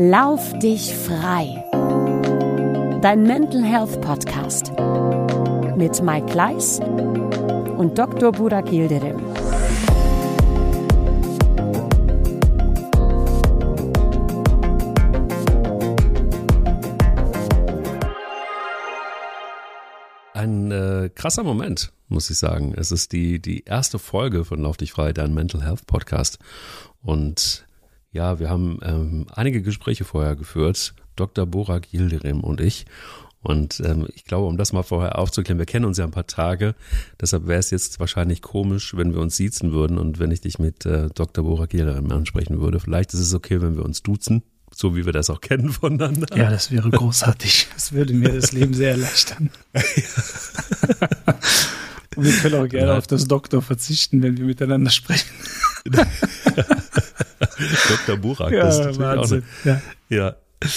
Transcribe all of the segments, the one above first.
Lauf dich frei. Dein Mental Health Podcast mit Mike Kleiss und Dr. Burak Yildirim. Ein krasser Moment, muss ich sagen. Es ist die erste Folge von Lauf dich frei, dein Mental Health Podcast. Und ja, wir haben einige Gespräche vorher geführt, Dr. Burak Yildirim und ich. Und ich glaube, um das mal vorher aufzuklären, wir kennen uns ja ein paar Tage, deshalb wäre es jetzt wahrscheinlich komisch, wenn wir uns siezen würden und wenn ich dich mit Dr. Burak Yildirim ansprechen würde. Vielleicht ist es okay, wenn wir uns duzen, so wie wir das auch kennen voneinander. Ja, das wäre großartig. Das würde mir das Leben sehr erleichtern. Und wir können auch gerne auf das Doktor verzichten, wenn wir miteinander sprechen. Dr. Burak, ja, das ist natürlich Wahnsinn. auch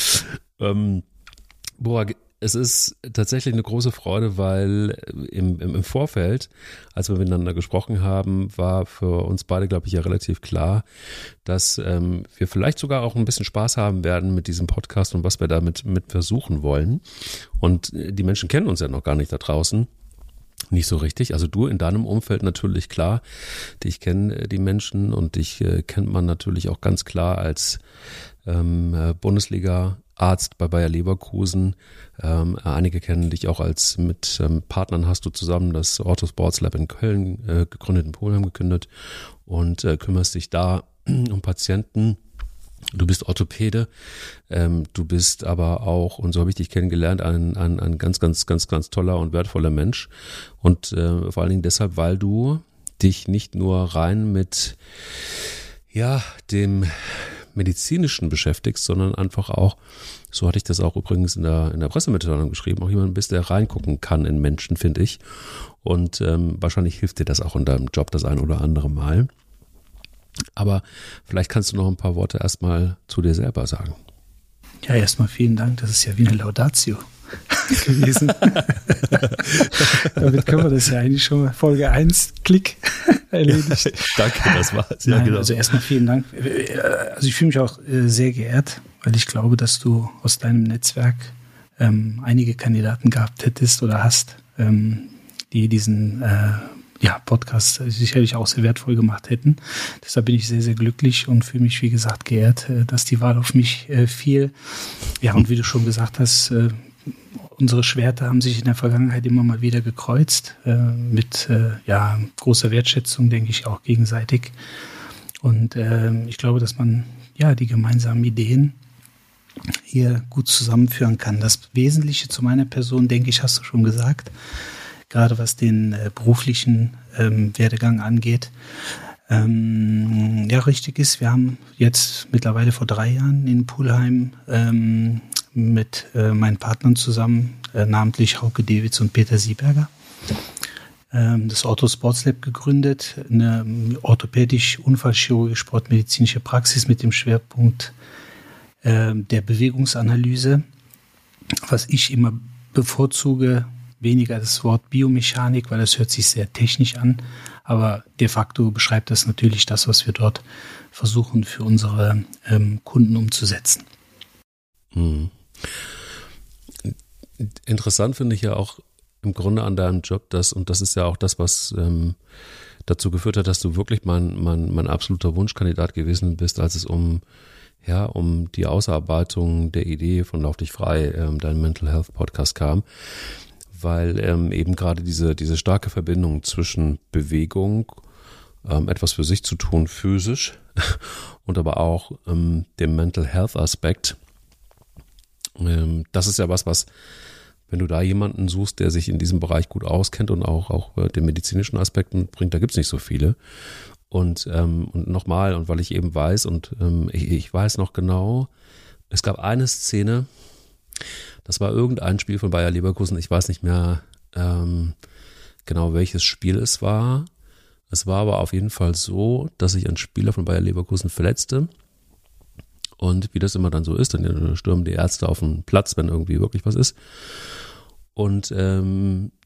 Burak, es ist tatsächlich eine große Freude, weil im Vorfeld, als wir miteinander gesprochen haben, war für uns beide, glaube ich, ja relativ klar, dass wir vielleicht sogar auch ein bisschen Spaß haben werden mit diesem Podcast und was wir damit versuchen wollen. Und die Menschen kennen uns ja noch gar nicht da draußen. Nicht so richtig. Also du in deinem Umfeld natürlich klar. Ich kenne die Menschen und dich kennt man natürlich auch ganz klar als Bundesliga-Arzt bei Bayer Leverkusen. Einige kennen dich auch als mit Partnern hast du zusammen das Ortho Sports Lab in Köln gegründet, in Polen gegründet und kümmerst dich da um Patienten. Du bist Orthopäde, du bist aber auch, und so habe ich dich kennengelernt, ein ganz toller und wertvoller Mensch. Und vor allen Dingen deshalb, weil du dich nicht nur rein mit dem Medizinischen beschäftigst, sondern einfach auch, so hatte ich das auch übrigens in der Pressemitteilung geschrieben, auch jemand bist, der reingucken kann in Menschen, finde ich. Und wahrscheinlich hilft dir das auch in deinem Job das ein oder andere Mal. Aber vielleicht kannst du noch ein paar Worte erstmal zu dir selber sagen. Ja, erstmal vielen Dank. Das ist ja wie eine Laudatio gewesen. Damit können wir das ja eigentlich schon mal Folge 1, Klick, erledigt. Danke, das war's. Ja, Nein, genau. Also erstmal vielen Dank. Also ich fühle mich auch sehr geehrt, weil ich glaube, dass du aus deinem Netzwerk einige Kandidaten gehabt hättest oder hast, die diesen Podcast sicherlich auch sehr wertvoll gemacht hätten. Deshalb bin ich sehr, sehr glücklich und fühle mich, wie gesagt, geehrt, dass die Wahl auf mich fiel. Ja, und wie du schon gesagt hast, unsere Schwerter haben sich in der Vergangenheit immer mal wieder gekreuzt, mit großer Wertschätzung, denke ich, auch gegenseitig. Und ich glaube, dass man die gemeinsamen Ideen hier gut zusammenführen kann. Das Wesentliche zu meiner Person, denke ich, hast du schon gesagt, gerade was den beruflichen Werdegang angeht. Richtig ist, wir haben jetzt mittlerweile vor 3 Jahren in Pulheim mit meinen Partnern zusammen, namentlich Hauke Dewitz und Peter Sieberger, das Ortho Sports Lab gegründet, eine orthopädisch-unfallchirurgisch-sportmedizinische Praxis mit dem Schwerpunkt der Bewegungsanalyse, was ich immer bevorzuge, weniger das Wort Biomechanik, weil das hört sich sehr technisch an, aber de facto beschreibt das natürlich das, was wir dort versuchen für unsere Kunden umzusetzen. Interessant finde ich ja auch im Grunde an deinem Job, und das ist ja auch das, was dazu geführt hat, dass du wirklich mein absoluter Wunschkandidat gewesen bist, als es um die Ausarbeitung der Idee von Lauf dich frei, dein Mental Health Podcast kam. Weil eben gerade diese starke Verbindung zwischen Bewegung, etwas für sich zu tun, physisch, und aber auch dem Mental Health Aspekt, das ist ja was, wenn du da jemanden suchst, der sich in diesem Bereich gut auskennt und auch den medizinischen Aspekt mitbringt, da gibt es nicht so viele. Und nochmal, und weil ich eben weiß, ich weiß noch genau, es gab eine Szene, das war irgendein Spiel von Bayer Leverkusen. Ich weiß nicht mehr genau, welches Spiel es war. Es war aber auf jeden Fall so, dass sich ein Spieler von Bayer Leverkusen verletzte. Und wie das immer dann so ist, dann stürmen die Ärzte auf den Platz, wenn irgendwie wirklich was ist. Und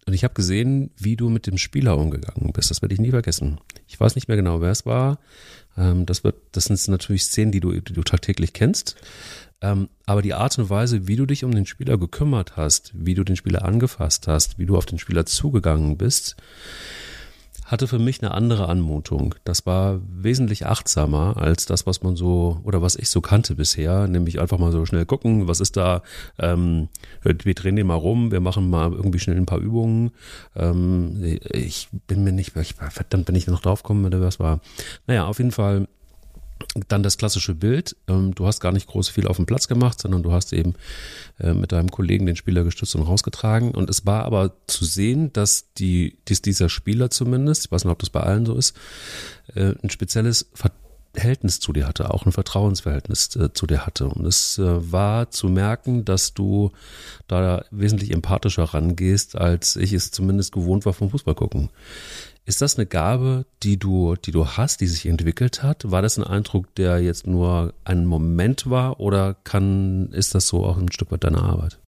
Und ich habe gesehen, wie du mit dem Spieler umgegangen bist. Das werde ich nie vergessen. Ich weiß nicht mehr genau, wer es war. Das sind natürlich Szenen, die du tagtäglich kennst. Aber die Art und Weise, wie du dich um den Spieler gekümmert hast, wie du den Spieler angefasst hast, wie du auf den Spieler zugegangen bist, hatte für mich eine andere Anmutung. Das war wesentlich achtsamer als das, was man so oder was ich so kannte bisher, nämlich einfach mal so schnell gucken, was ist da, wir drehen den mal rum, wir machen mal irgendwie schnell ein paar Übungen. Ich bin mir nicht, verdammt, wenn ich noch drauf komme, was war. Naja, auf jeden Fall dann das klassische Bild. Du hast gar nicht groß viel auf dem Platz gemacht, sondern du hast eben mit deinem Kollegen den Spieler gestützt und rausgetragen. Und es war aber zu sehen, dass dieser Spieler zumindest, ich weiß nicht, ob das bei allen so ist, ein spezielles Verhältnis zu dir hatte, auch ein Vertrauensverhältnis zu dir hatte. Und es war zu merken, dass du da wesentlich empathischer rangehst, als ich es zumindest gewohnt war vom Fußball gucken. Ist das eine Gabe, die du hast, die sich entwickelt hat? War das ein Eindruck, der jetzt nur ein Moment war oder ist das so auch ein Stück weit deine Arbeit?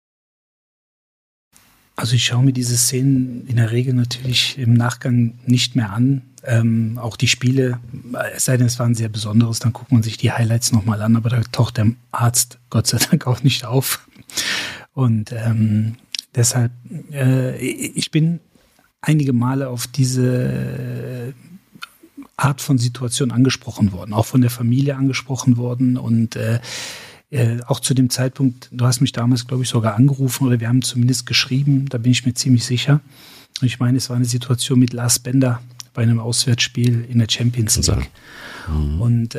Also ich schaue mir diese Szenen in der Regel natürlich im Nachgang nicht mehr an. Auch die Spiele, es sei denn, es war ein sehr besonderes, dann guckt man sich die Highlights nochmal an, aber da taucht der Arzt Gott sei Dank auch nicht auf. Und deshalb, ich bin einige Male auf diese Art von Situation angesprochen worden, auch von der Familie angesprochen worden und auch zu dem Zeitpunkt, du hast mich damals, glaube ich, sogar angerufen oder wir haben zumindest geschrieben, da bin ich mir ziemlich sicher. Und ich meine, es war eine Situation mit Lars Bender bei einem Auswärtsspiel in der Champions League. Und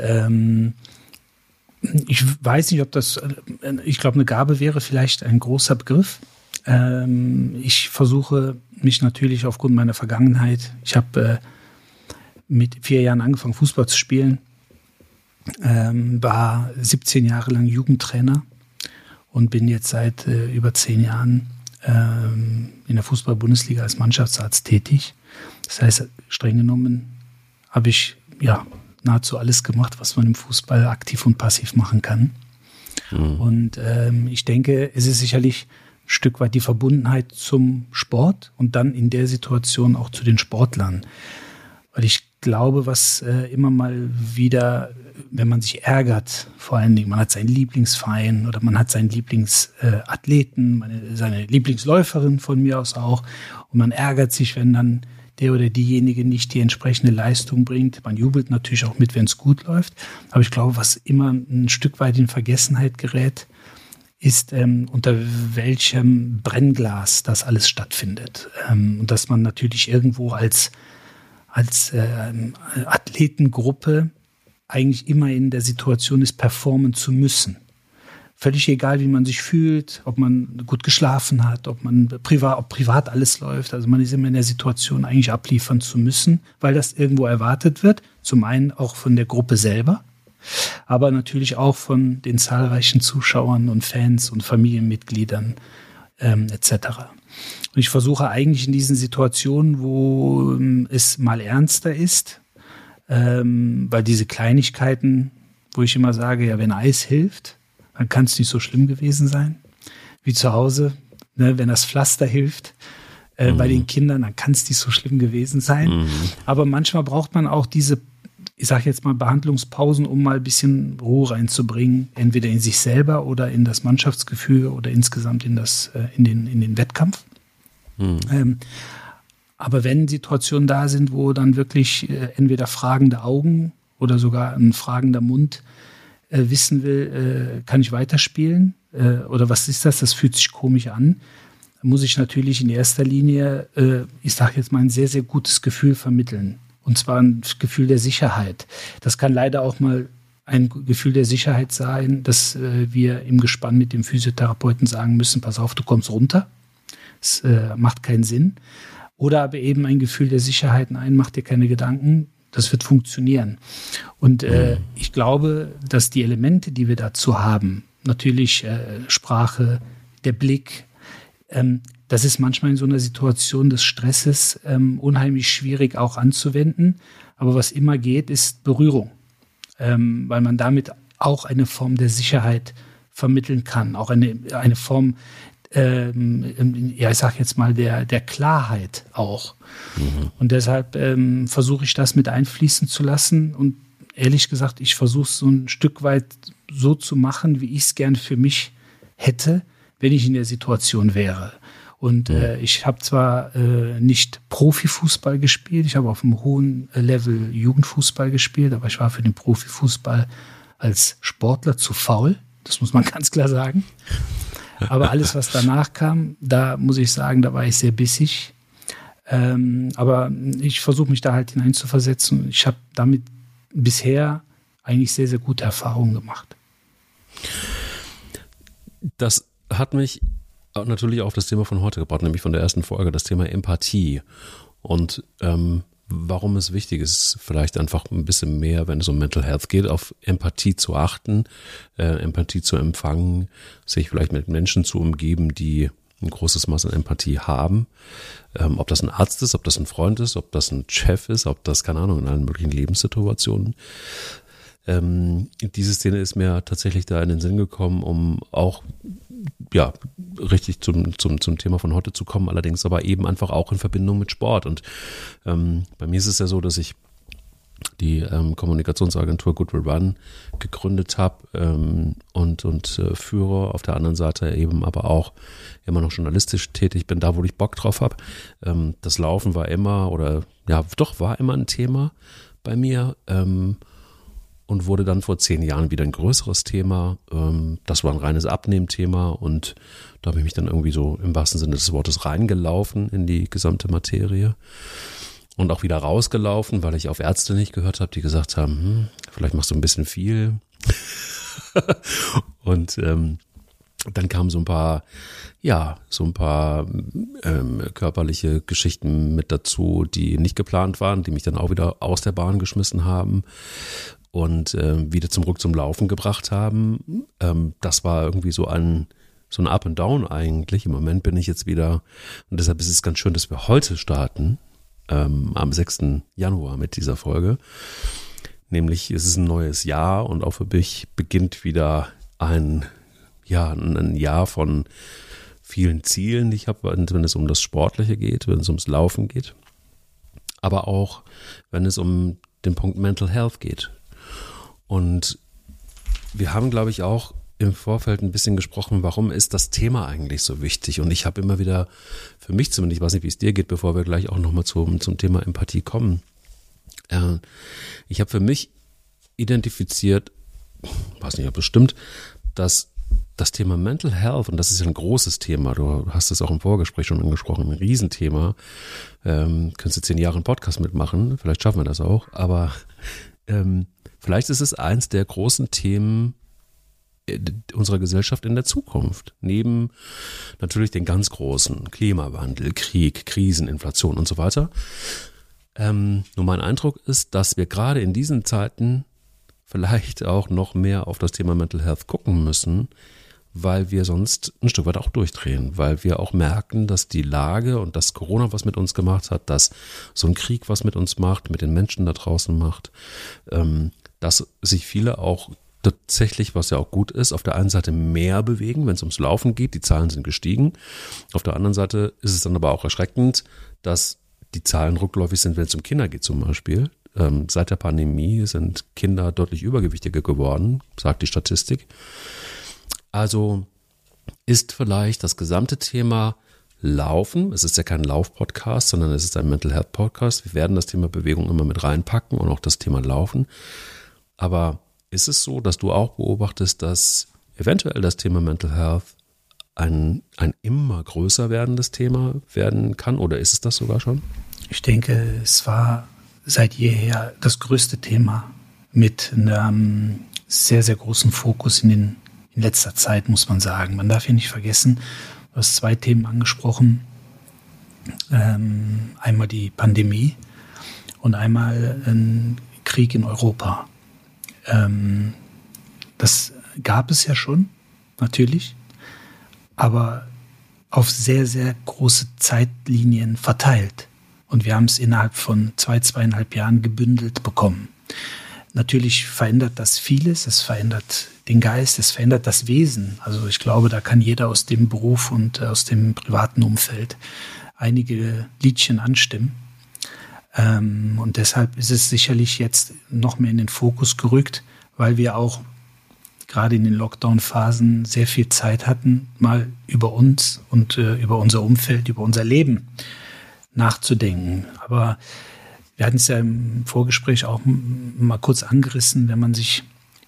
ich weiß nicht, ob das, ich glaube, eine Gabe wäre vielleicht ein großer Begriff. Ich versuche mich natürlich aufgrund meiner Vergangenheit, ich habe mit 4 Jahren angefangen, Fußball zu spielen, war 17 Jahre lang Jugendtrainer und bin jetzt seit über 10 Jahren in der Fußball-Bundesliga als Mannschaftsarzt tätig. Das heißt, streng genommen habe ich nahezu alles gemacht, was man im Fußball aktiv und passiv machen kann. Und ich denke, es ist sicherlich ein Stück weit die Verbundenheit zum Sport und dann in der Situation auch zu den Sportlern. Weil ich glaube, was immer mal wieder, wenn man sich ärgert, vor allen Dingen, man hat seinen Lieblingsverein oder man hat seinen Lieblingsathleten, seine Lieblingsläuferin von mir aus auch, und man ärgert sich, wenn dann der oder diejenige nicht die entsprechende Leistung bringt. Man jubelt natürlich auch mit, wenn es gut läuft. Aber ich glaube, was immer ein Stück weit in Vergessenheit gerät, ist, unter welchem Brennglas das alles stattfindet. Und dass man natürlich irgendwo als Athletengruppe eigentlich immer in der Situation ist, performen zu müssen. Völlig egal, wie man sich fühlt, ob man gut geschlafen hat, ob privat alles läuft. Also man ist immer in der Situation, eigentlich abliefern zu müssen, weil das irgendwo erwartet wird. Zum einen auch von der Gruppe selber, aber natürlich auch von den zahlreichen Zuschauern und Fans und Familienmitgliedern etc. Und ich versuche eigentlich in diesen Situationen, wo es mal ernster ist, weil diese Kleinigkeiten, wo ich immer sage, ja, wenn Eis hilft, dann kann es nicht so schlimm gewesen sein wie zu Hause. Ne, wenn das Pflaster hilft bei den Kindern, dann kann es nicht so schlimm gewesen sein. Aber manchmal braucht man auch diese, ich sage jetzt mal, Behandlungspausen, um mal ein bisschen Ruhe reinzubringen, entweder in sich selber oder in das Mannschaftsgefüge oder insgesamt in den Wettkampf. Aber wenn Situationen da sind, wo dann wirklich entweder fragende Augen oder sogar ein fragender Mund wissen will, kann ich weiterspielen oder was ist das? Das fühlt sich komisch an. Da muss ich natürlich in erster Linie, ich sage jetzt mal, ein sehr, sehr gutes Gefühl vermitteln. Und zwar ein Gefühl der Sicherheit. Das kann leider auch mal ein Gefühl der Sicherheit sein, dass wir im Gespann mit dem Physiotherapeuten sagen müssen, pass auf, du kommst runter. Das macht keinen Sinn. Oder aber eben ein Gefühl der Sicherheit, nein, mach dir keine Gedanken, das wird funktionieren. Und ich glaube, dass die Elemente, die wir dazu haben, natürlich Sprache, der Blick, das ist manchmal in so einer Situation des Stresses unheimlich schwierig auch anzuwenden. Aber was immer geht, ist Berührung, weil man damit auch eine Form der Sicherheit vermitteln kann, auch eine Form ich sag jetzt mal, der Klarheit auch. Und deshalb versuche ich das mit einfließen zu lassen. Und ehrlich gesagt, ich versuche es so ein Stück weit so zu machen, wie ich es gern für mich hätte, wenn ich in der Situation wäre. Und ich habe zwar nicht Profifußball gespielt, ich habe auf einem hohen Level Jugendfußball gespielt, aber ich war für den Profifußball als Sportler zu faul. Das muss man ganz klar sagen. Aber alles, was danach kam, da muss ich sagen, da war ich sehr bissig. Aber ich versuche mich da halt hineinzuversetzen. Ich habe damit bisher eigentlich sehr, sehr gute Erfahrungen gemacht. Das hat mich natürlich auf das Thema von heute gebracht, nämlich von der ersten Folge, das Thema Empathie. Und warum es wichtig ist, vielleicht einfach ein bisschen mehr, wenn es um Mental Health geht, auf Empathie zu achten, Empathie zu empfangen, sich vielleicht mit Menschen zu umgeben, die ein großes Maß an Empathie haben. Ob das ein Arzt ist, ob das ein Freund ist, ob das ein Chef ist, ob das, keine Ahnung, in allen möglichen Lebenssituationen. Diese Szene ist mir tatsächlich da in den Sinn gekommen, um auch richtig zum Thema von heute zu kommen, allerdings aber eben einfach auch in Verbindung mit Sport. Und bei mir ist es ja so, dass ich die Kommunikationsagentur Good Will Run gegründet habe und führe, auf der anderen Seite eben aber auch immer noch journalistisch tätig bin, da wo ich Bock drauf habe. Das Laufen war immer war immer ein Thema bei mir und wurde dann vor 10 Jahren wieder ein größeres Thema. Das war ein reines Abnehmthema und da habe ich mich dann irgendwie so im wahrsten Sinne des Wortes reingelaufen in die gesamte Materie. Und auch wieder rausgelaufen, weil ich auf Ärzte nicht gehört habe, die gesagt haben, vielleicht machst du ein bisschen viel. Und dann kamen so ein paar körperliche Geschichten mit dazu, die nicht geplant waren, die mich dann auch wieder aus der Bahn geschmissen haben und wieder zurück zum Laufen gebracht haben. Das war irgendwie so ein Up and Down eigentlich. Im Moment bin ich jetzt wieder, und deshalb ist es ganz schön, dass wir heute starten, am 6. Januar mit dieser Folge. Nämlich es ist ein neues Jahr und auch für mich beginnt wieder ein Jahr von vielen Zielen, die ich habe, wenn es um das Sportliche geht, wenn es ums Laufen geht, aber auch wenn es um den Punkt Mental Health geht. Und wir haben, glaube ich, auch im Vorfeld ein bisschen gesprochen, warum ist das Thema eigentlich so wichtig? Und ich habe immer wieder, für mich zumindest, ich weiß nicht, wie es dir geht, bevor wir gleich auch nochmal zum Thema Empathie kommen. Ich habe für mich identifiziert, weiß nicht, ob es stimmt, dass das Thema Mental Health, und das ist ja ein großes Thema, du hast es auch im Vorgespräch schon angesprochen, ein Riesenthema, könntest du 10 Jahre einen Podcast mitmachen, vielleicht schaffen wir das auch, aber vielleicht ist es eins der großen Themen unserer Gesellschaft in der Zukunft. Neben natürlich den ganz großen Klimawandel, Krieg, Krisen, Inflation und so weiter. Nur mein Eindruck ist, dass wir gerade in diesen Zeiten vielleicht auch noch mehr auf das Thema Mental Health gucken müssen, weil wir sonst ein Stück weit auch durchdrehen, weil wir auch merken, dass die Lage und dass Corona was mit uns gemacht hat, dass so ein Krieg was mit uns macht, mit den Menschen da draußen macht, dass sich viele auch tatsächlich, was ja auch gut ist, auf der einen Seite mehr bewegen, wenn es ums Laufen geht, die Zahlen sind gestiegen. Auf der anderen Seite ist es dann aber auch erschreckend, dass die Zahlen rückläufig sind, wenn es um Kinder geht zum Beispiel. Seit der Pandemie sind Kinder deutlich übergewichtiger geworden, sagt die Statistik. Also ist vielleicht das gesamte Thema Laufen, es ist ja kein Lauf-Podcast, sondern es ist ein Mental Health Podcast. Wir werden das Thema Bewegung immer mit reinpacken und auch das Thema Laufen. Aber ist es so, dass du auch beobachtest, dass eventuell das Thema Mental Health ein immer größer werdendes Thema werden kann? Oder ist es das sogar schon? Ich denke, es war seit jeher das größte Thema mit einem sehr, sehr großen Fokus in letzter Zeit, muss man sagen. Man darf hier nicht vergessen, du hast 2 Themen angesprochen. Einmal die Pandemie und einmal ein Krieg in Europa. Das gab es ja schon, natürlich, aber auf sehr, sehr große Zeitlinien verteilt. Und wir haben es innerhalb von 2,5 Jahren gebündelt bekommen. Natürlich verändert das vieles, es verändert den Geist, es verändert das Wesen. Also ich glaube, da kann jeder aus dem Beruf und aus dem privaten Umfeld einige Liedchen anstimmen. Und deshalb ist es sicherlich jetzt noch mehr in den Fokus gerückt, weil wir auch gerade in den Lockdown-Phasen sehr viel Zeit hatten, mal über uns und über unser Umfeld, über unser Leben nachzudenken. Aber wir hatten es ja im Vorgespräch auch mal kurz angerissen, wenn man sich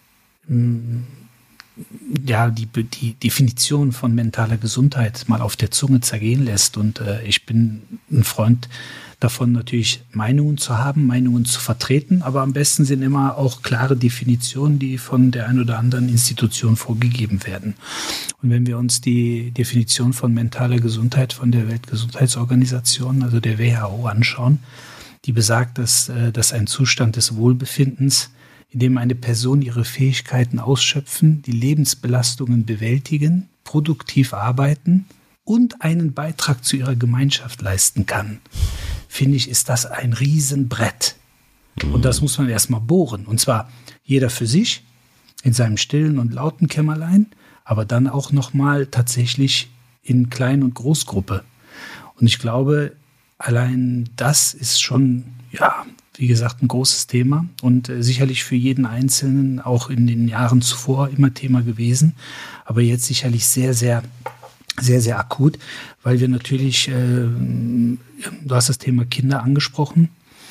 die Definition von mentaler Gesundheit mal auf der Zunge zergehen lässt. Und ich bin ein Freund davon, natürlich Meinungen zu haben, Meinungen zu vertreten, aber am besten sind immer auch klare Definitionen, die von der einen oder anderen Institution vorgegeben werden. Und wenn wir uns die Definition von mentaler Gesundheit von der Weltgesundheitsorganisation, also der WHO, anschauen, die besagt, dass ein Zustand des Wohlbefindens, in dem eine Person ihre Fähigkeiten ausschöpfen, die Lebensbelastungen bewältigen, produktiv arbeiten und einen Beitrag zu ihrer Gemeinschaft leisten kann, finde ich, ist das ein Riesenbrett. Und das muss man erstmal bohren. Und zwar jeder für sich, in seinem stillen und lauten Kämmerlein, aber dann auch nochmal tatsächlich in Klein- und Großgruppe. Und ich glaube, allein das ist schon, wie gesagt, ein großes Thema und sicherlich für jeden Einzelnen auch in den Jahren zuvor immer Thema gewesen, aber jetzt sicherlich sehr, sehr, sehr, sehr akut, weil wir natürlich, du hast das Thema Kinder angesprochen,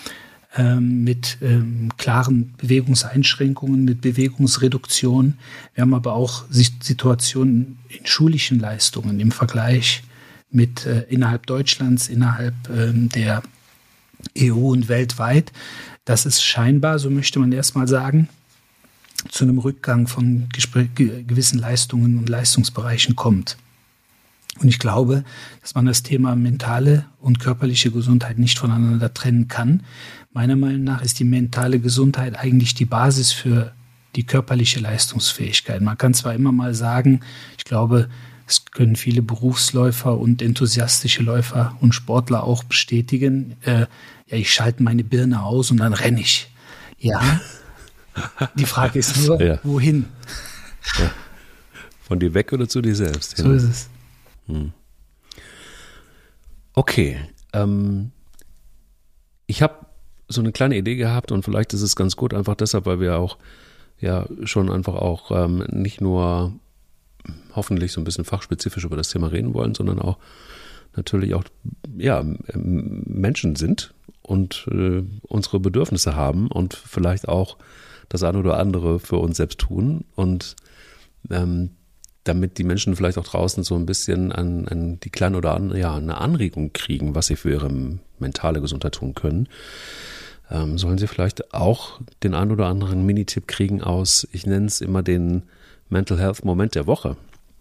mit klaren Bewegungseinschränkungen, mit Bewegungsreduktion. Wir haben aber auch Situationen in schulischen Leistungen im Vergleich mit innerhalb Deutschlands, innerhalb der EU und weltweit, dass es scheinbar, so möchte man erstmal sagen, zu einem Rückgang von gewissen Leistungen und Leistungsbereichen kommt. Und ich glaube, dass man das Thema mentale und körperliche Gesundheit nicht voneinander trennen kann. Meiner Meinung nach ist die mentale Gesundheit eigentlich die Basis für die körperliche Leistungsfähigkeit. Man kann zwar immer mal sagen, ich glaube, es können viele Berufsläufer und enthusiastische Läufer und Sportler auch bestätigen, ich schalte meine Birne aus und dann renne ich. Ja, die Frage ist nur, wohin? Ja. Von dir weg oder zu dir selbst? So ist es. Okay, ich habe so eine kleine Idee gehabt und vielleicht ist es ganz gut, einfach deshalb, weil wir auch schon einfach auch nicht nur hoffentlich so ein bisschen fachspezifisch über das Thema reden wollen, sondern auch natürlich auch Menschen sind und unsere Bedürfnisse haben und vielleicht auch das eine oder andere für uns selbst tun und damit die Menschen vielleicht auch draußen so ein bisschen an die kleine oder andere, eine Anregung kriegen, was sie für ihre mentale Gesundheit tun können, sollen sie vielleicht auch den einen oder anderen Minitipp kriegen aus, ich nenne es immer den Mental Health Moment der Woche.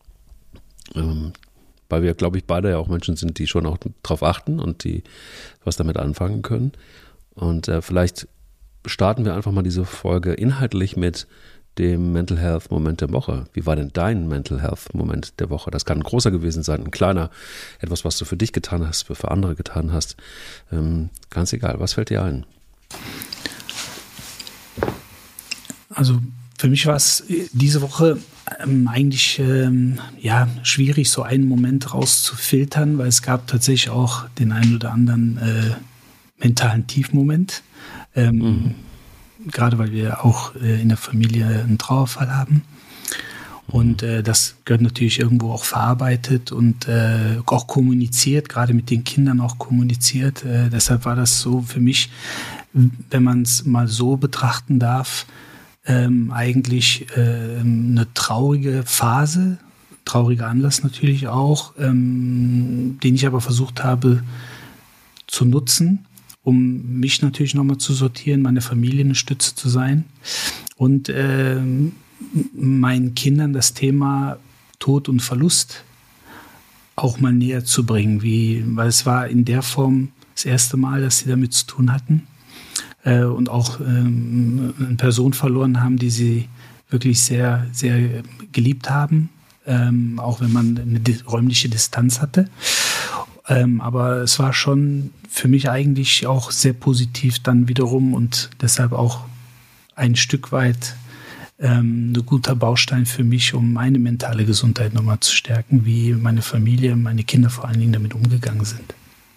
Weil wir, glaube ich, beide ja auch Menschen sind, die schon auch drauf achten und die was damit anfangen können. Und vielleicht starten wir einfach mal diese Folge inhaltlich mit dem Mental Health Moment der Woche. Wie war denn dein Mental Health Moment der Woche? Das kann ein großer gewesen sein, ein kleiner, etwas, was du für dich getan hast, für andere getan hast. Ganz egal, was fällt dir ein? Also für mich war es diese Woche eigentlich schwierig, so einen Moment rauszufiltern, weil es gab tatsächlich auch den einen oder anderen mentalen Tiefmoment. Gerade weil wir auch in der Familie einen Trauerfall haben. Und das gehört natürlich irgendwo auch verarbeitet und auch kommuniziert, gerade mit den Kindern auch kommuniziert. Deshalb war das so für mich, wenn man es mal so betrachten darf, eigentlich eine traurige Phase, trauriger Anlass natürlich auch, den ich aber versucht habe zu nutzen, um mich natürlich nochmal zu sortieren, meine Familie eine Stütze zu sein und meinen Kindern das Thema Tod und Verlust auch mal näher zu bringen, weil es war in der Form das erste Mal, dass sie damit zu tun hatten und auch eine Person verloren haben, die sie wirklich sehr, sehr geliebt haben, auch wenn man eine räumliche Distanz hatte. Aber es war schon für mich eigentlich auch sehr positiv dann wiederum und deshalb auch ein Stück weit ein guter Baustein für mich, um meine mentale Gesundheit nochmal zu stärken, wie meine Familie, meine Kinder vor allen Dingen damit umgegangen sind.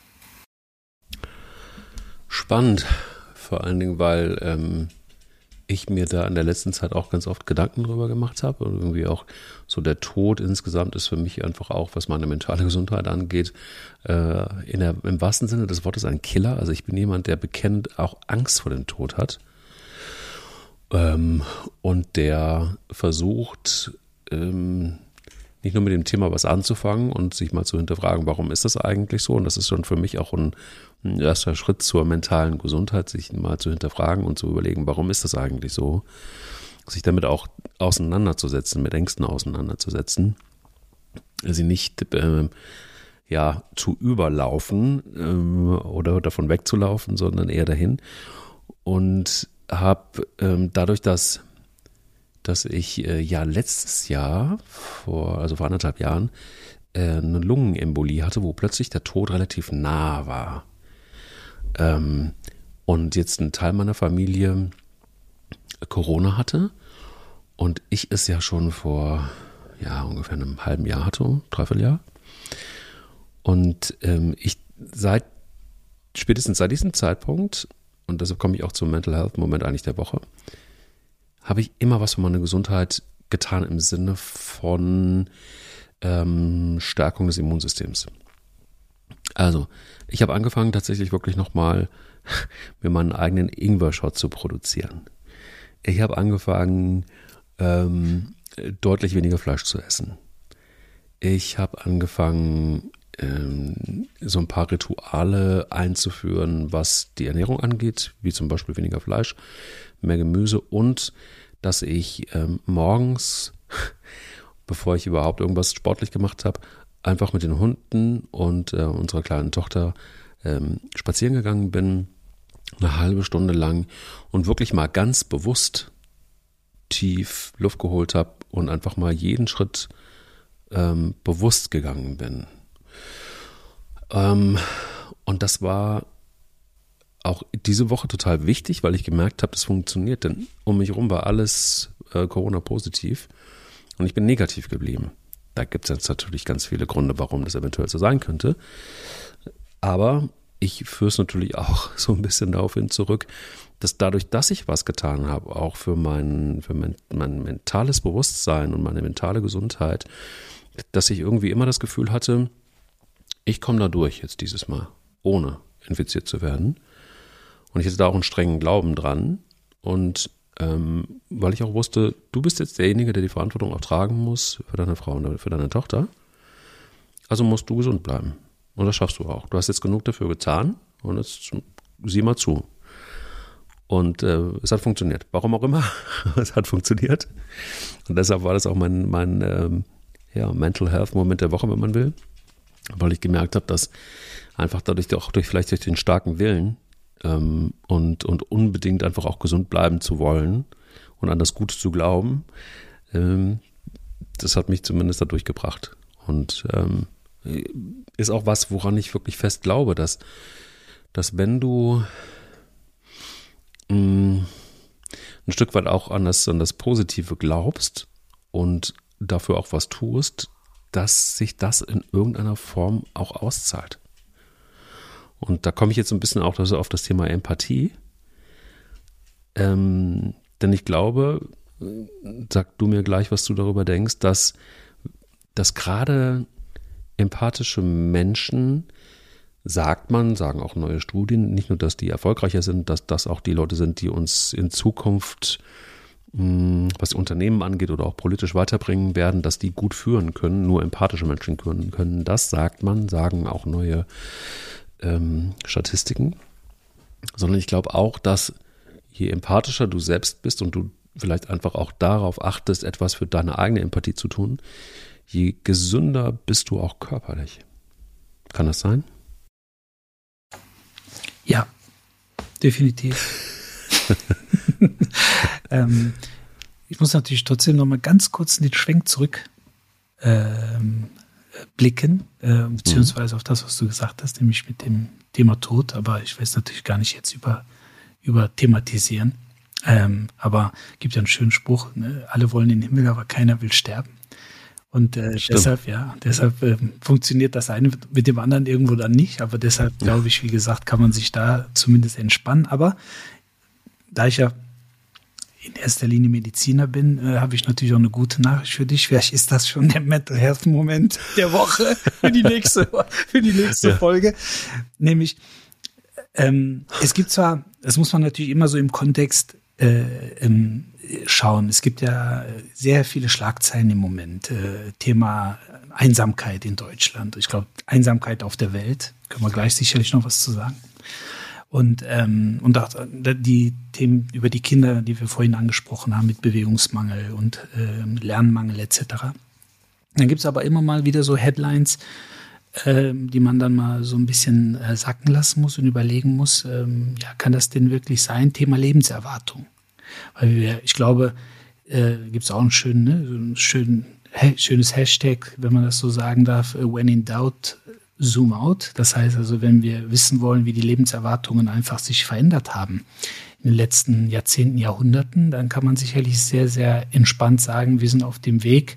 Spannend, vor allen Dingen, weil ich mir da in der letzten Zeit auch ganz oft Gedanken drüber gemacht habe und irgendwie auch so der Tod insgesamt ist für mich einfach auch, was meine mentale Gesundheit angeht, im wahrsten Sinne des Wortes ein Killer. Also ich bin jemand, der bekennend auch Angst vor dem Tod hat. Und der versucht, nicht nur mit dem Thema was anzufangen und sich mal zu hinterfragen, warum ist das eigentlich so? Und das ist schon für mich auch ein erster Schritt zur mentalen Gesundheit, sich mal zu hinterfragen und zu überlegen, warum ist das eigentlich so? Sich damit auch auseinanderzusetzen, mit Ängsten auseinanderzusetzen, sie nicht zu überlaufen oder davon wegzulaufen, sondern eher dahin. Und habe dadurch, dass ich letztes Jahr, vor 1,5 Jahren, eine Lungenembolie hatte, wo plötzlich der Tod relativ nah war. Und jetzt ein Teil meiner Familie Corona hatte und ich es ja schon vor ungefähr einem halben Jahr hatte, Dreivierteljahr. Und ich spätestens seit diesem Zeitpunkt, und deshalb komme ich auch zum Mental Health Moment eigentlich der Woche, habe ich immer was für meine Gesundheit getan im Sinne von Stärkung des Immunsystems. Also, ich habe angefangen tatsächlich wirklich nochmal mir meinen eigenen Ingwer-Shot zu produzieren. Ich habe angefangen, deutlich weniger Fleisch zu essen. Ich habe angefangen, so ein paar Rituale einzuführen, was die Ernährung angeht, wie zum Beispiel weniger Fleisch, mehr Gemüse und dass ich morgens, bevor ich überhaupt irgendwas sportlich gemacht habe, einfach mit den Hunden und unserer kleinen Tochter spazieren gegangen bin, eine halbe Stunde lang und wirklich mal ganz bewusst tief Luft geholt habe und einfach mal jeden Schritt bewusst gegangen bin. Und das war auch diese Woche total wichtig, weil ich gemerkt habe, das funktioniert, denn um mich herum war alles Corona-positiv und ich bin negativ geblieben. Da gibt es jetzt natürlich ganz viele Gründe, warum das eventuell so sein könnte. Aber ich führe es natürlich auch so ein bisschen darauf hin zurück, dass dadurch, dass ich was getan habe, auch für mein mentales Bewusstsein und meine mentale Gesundheit, dass ich irgendwie immer das Gefühl hatte, ich komme da durch jetzt dieses Mal, ohne infiziert zu werden. Und ich hatte da auch einen strengen Glauben dran. Und weil ich auch wusste, du bist jetzt derjenige, der die Verantwortung auch tragen muss für deine Frau und für deine Tochter. Also musst du gesund bleiben. Und das schaffst du auch. Du hast jetzt genug dafür getan und jetzt sieh mal zu. Und es hat funktioniert. Warum auch immer, es hat funktioniert. Und deshalb war das auch mein Mental Health Moment der Woche, wenn man will. Weil ich gemerkt habe, dass einfach dadurch vielleicht durch den starken Willen und unbedingt einfach auch gesund bleiben zu wollen und an das Gute zu glauben, das hat mich zumindest dadurch gebracht. Und ist auch was, woran ich wirklich fest glaube, dass wenn du ein Stück weit auch an das Positive glaubst und dafür auch was tust, dass sich das in irgendeiner Form auch auszahlt. Und da komme ich jetzt ein bisschen auch auf das Thema Empathie. Denn ich glaube, sag du mir gleich, was du darüber denkst, dass gerade empathische Menschen, sagen auch neue Studien, nicht nur, dass die erfolgreicher sind, dass das auch die Leute sind, die uns in Zukunft, was die Unternehmen angeht oder auch politisch weiterbringen werden, dass die gut führen können, nur empathische Menschen können. Das sagen auch neue Statistiken. Sondern ich glaube auch, dass je empathischer du selbst bist und du vielleicht einfach auch darauf achtest, etwas für deine eigene Empathie zu tun, je gesünder bist du auch körperlich. Kann das sein? Ja, definitiv. Ich muss natürlich trotzdem noch mal ganz kurz in den Schwenk zurück blicken, beziehungsweise auf das, was du gesagt hast, nämlich mit dem Thema Tod. Aber ich will es natürlich gar nicht jetzt über thematisieren. Aber gibt ja einen schönen Spruch, ne? Alle wollen in den Himmel, aber keiner will sterben. Und deshalb funktioniert das eine mit dem anderen irgendwo dann nicht. Aber deshalb glaube ich, wie gesagt, kann man sich da zumindest entspannen. Aber da ich ja in erster Linie Mediziner bin, habe ich natürlich auch eine gute Nachricht für dich. Vielleicht ist das schon der Mental Health Moment der Woche für die nächste Folge. Nämlich, es gibt zwar, das muss man natürlich immer so im Kontext schauen. Es gibt ja sehr viele Schlagzeilen im Moment. Thema Einsamkeit in Deutschland. Ich glaube, Einsamkeit auf der Welt. Können wir gleich sicherlich noch was zu sagen. Und auch die Themen über die Kinder, die wir vorhin angesprochen haben, mit Bewegungsmangel und Lernmangel etc. Dann gibt es aber immer mal wieder so Headlines, die man dann mal so ein bisschen sacken lassen muss und überlegen muss, kann das denn wirklich sein? Thema Lebenserwartung. Weil ich glaube, gibt es auch einen schönen, schönes Hashtag, wenn man das so sagen darf, when in doubt, zoom out. Das heißt also, wenn wir wissen wollen, wie die Lebenserwartungen einfach sich verändert haben in den letzten Jahrzehnten, Jahrhunderten, dann kann man sicherlich sehr, sehr entspannt sagen, wir sind auf dem Weg,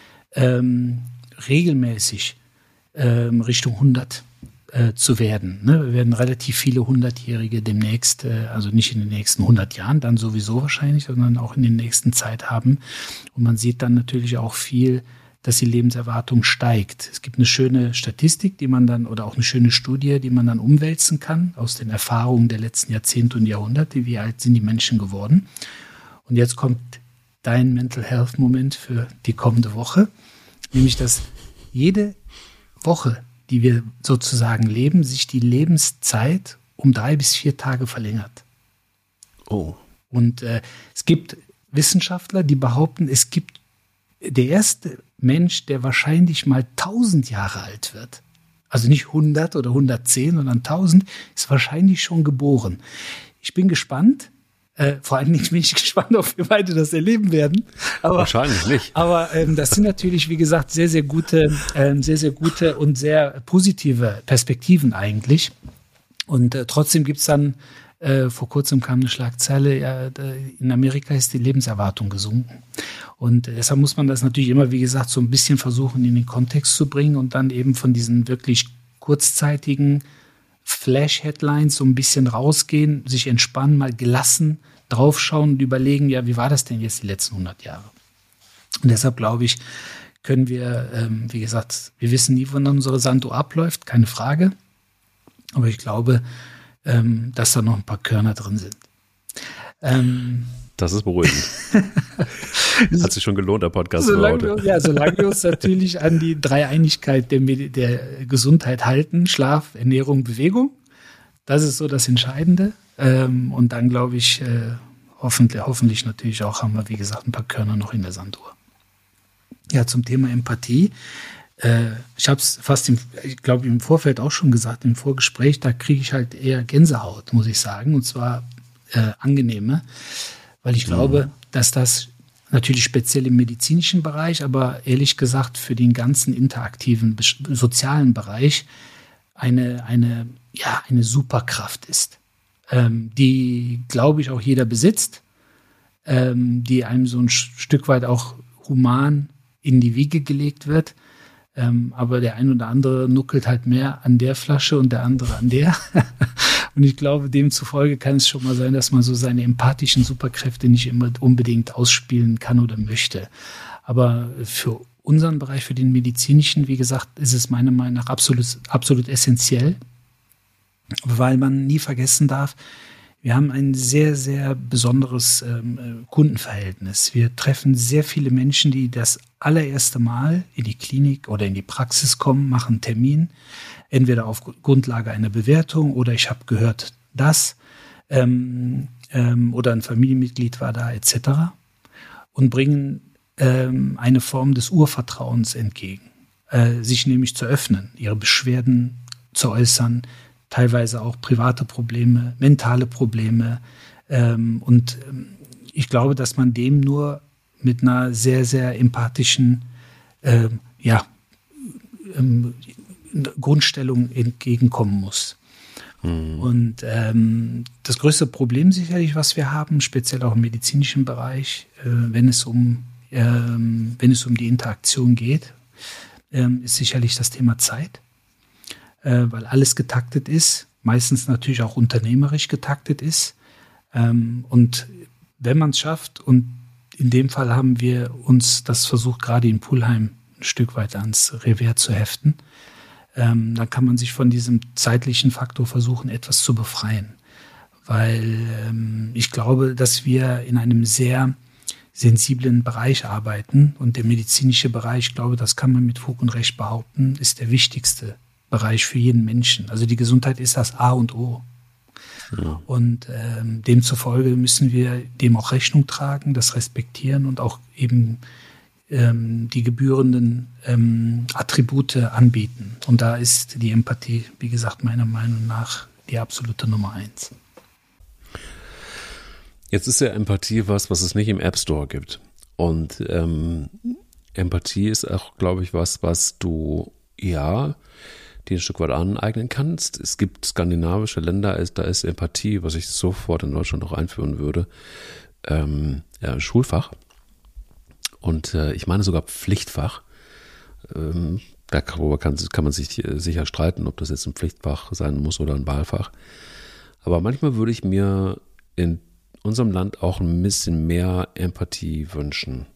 regelmäßig Richtung 100 zu werden. Ne? Wir werden relativ viele 100-Jährige demnächst, also nicht in den nächsten 100 Jahren, dann sowieso wahrscheinlich, sondern auch in der nächsten Zeit haben. Und man sieht dann natürlich auch viel, dass die Lebenserwartung steigt. Es gibt eine schöne Statistik, die man dann, oder auch eine schöne Studie, die man dann umwälzen kann aus den Erfahrungen der letzten Jahrzehnte und Jahrhunderte. Wie alt sind die Menschen geworden? Und jetzt kommt dein Mental Health Moment für die kommende Woche, nämlich dass jede Woche, die wir sozusagen leben, sich die Lebenszeit um 3 bis 4 Tage verlängert. Oh. Und es gibt Wissenschaftler, die behaupten, es gibt der erste Mensch, der wahrscheinlich mal 1000 Jahre alt wird, also nicht 100 oder 110, sondern 1000, ist wahrscheinlich schon geboren. Ich bin gespannt. Vor allen Dingen bin ich gespannt, ob wir beide das erleben werden. Aber, wahrscheinlich nicht. Aber das sind natürlich, wie gesagt, sehr, sehr gute und sehr positive Perspektiven eigentlich. Und trotzdem gibt's dann, vor kurzem kam eine Schlagzeile, ja, in Amerika ist die Lebenserwartung gesunken. Und deshalb muss man das natürlich immer, wie gesagt, so ein bisschen versuchen, in den Kontext zu bringen und dann eben von diesen wirklich kurzzeitigen Flash-Headlines so ein bisschen rausgehen, sich entspannen, mal gelassen draufschauen und überlegen, ja, wie war das denn jetzt die letzten 100 Jahre? Und deshalb glaube ich, können wir, wie gesagt, wir wissen nie, wann unsere Sanduhr abläuft, keine Frage. Aber ich glaube, dass da noch ein paar Körner drin sind. Das ist beruhigend. Hat sich schon gelohnt, der Podcast für heute. Solange wir uns natürlich an die Dreieinigkeit der Gesundheit halten, Schlaf, Ernährung, Bewegung, das ist so das Entscheidende. Und dann glaube ich, hoffentlich natürlich auch haben wir, wie gesagt, ein paar Körner noch in der Sanduhr. Ja, zum Thema Empathie. Ich habe es ich glaube, im Vorfeld auch schon gesagt, im Vorgespräch, da kriege ich halt eher Gänsehaut, muss ich sagen, und zwar angenehme, weil ich glaube, dass das natürlich speziell im medizinischen Bereich, aber ehrlich gesagt für den ganzen interaktiven sozialen Bereich eine Superkraft ist, die, glaube ich, auch jeder besitzt, die einem so ein Stück weit auch human in die Wiege gelegt wird. Aber der ein oder andere nuckelt halt mehr an der Flasche und der andere an der. Und ich glaube, demzufolge kann es schon mal sein, dass man so seine empathischen Superkräfte nicht immer unbedingt ausspielen kann oder möchte. Aber für unseren Bereich, für den medizinischen, wie gesagt, ist es meiner Meinung nach absolut essentiell, weil man nie vergessen darf, wir haben ein sehr, sehr besonderes Kundenverhältnis. Wir treffen sehr viele Menschen, die das allererste Mal in die Klinik oder in die Praxis kommen, machen einen Termin, entweder auf Grundlage einer Bewertung oder ich habe gehört, dass oder ein Familienmitglied war da etc. und bringen eine Form des Urvertrauens entgegen, sich nämlich zu öffnen, ihre Beschwerden zu äußern, teilweise auch private Probleme, mentale Probleme. Und ich glaube, dass man dem nur mit einer sehr, sehr empathischen Grundstellung entgegenkommen muss. Und das größte Problem sicherlich, was wir haben, speziell auch im medizinischen Bereich, wenn es um die Interaktion geht, ist sicherlich das Thema Zeit, weil alles getaktet ist, meistens natürlich auch unternehmerisch getaktet ist. Und wenn man es schafft, und in dem Fall haben wir uns das versucht, gerade in Pulheim ein Stück weit ans Revers zu heften, dann kann man sich von diesem zeitlichen Faktor versuchen, etwas zu befreien. Weil ich glaube, dass wir in einem sehr sensiblen Bereich arbeiten, und der medizinische Bereich, ich glaube, das kann man mit Fug und Recht behaupten, ist der wichtigste Bereich für jeden Menschen. Also die Gesundheit ist das A und O. Ja. Und demzufolge müssen wir dem auch Rechnung tragen, das respektieren und auch eben die gebührenden Attribute anbieten. Und da ist die Empathie, wie gesagt, meiner Meinung nach die absolute Nummer 1. Jetzt ist ja Empathie was es nicht im App Store gibt. Und Empathie ist auch, glaube ich, was du dir ein Stück weit aneignen kannst. Es gibt skandinavische Länder, da ist Empathie, was ich sofort in Deutschland auch einführen würde, Schulfach. Und ich meine sogar Pflichtfach. Darüber kann man sich sicher streiten, ob das jetzt ein Pflichtfach sein muss oder ein Wahlfach. Aber manchmal würde ich mir in unserem Land auch ein bisschen mehr Empathie wünschen.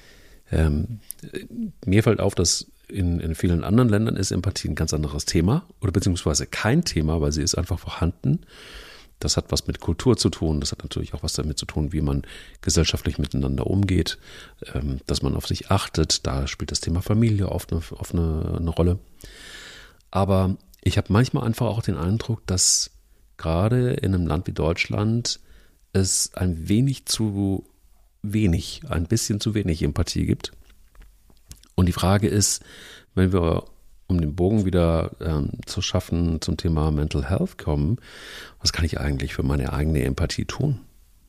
Mir fällt auf, dass in vielen anderen Ländern ist Empathie ein ganz anderes Thema oder beziehungsweise kein Thema, weil sie ist einfach vorhanden. Das hat was mit Kultur zu tun, das hat natürlich auch was damit zu tun, wie man gesellschaftlich miteinander umgeht, dass man auf sich achtet. Da spielt das Thema Familie oft eine Rolle. Aber ich habe manchmal einfach auch den Eindruck, dass gerade in einem Land wie Deutschland es ein bisschen zu wenig Empathie gibt. Und die Frage ist, wenn wir, um den Bogen wieder zu schaffen, zum Thema Mental Health kommen, was kann ich eigentlich für meine eigene Empathie tun?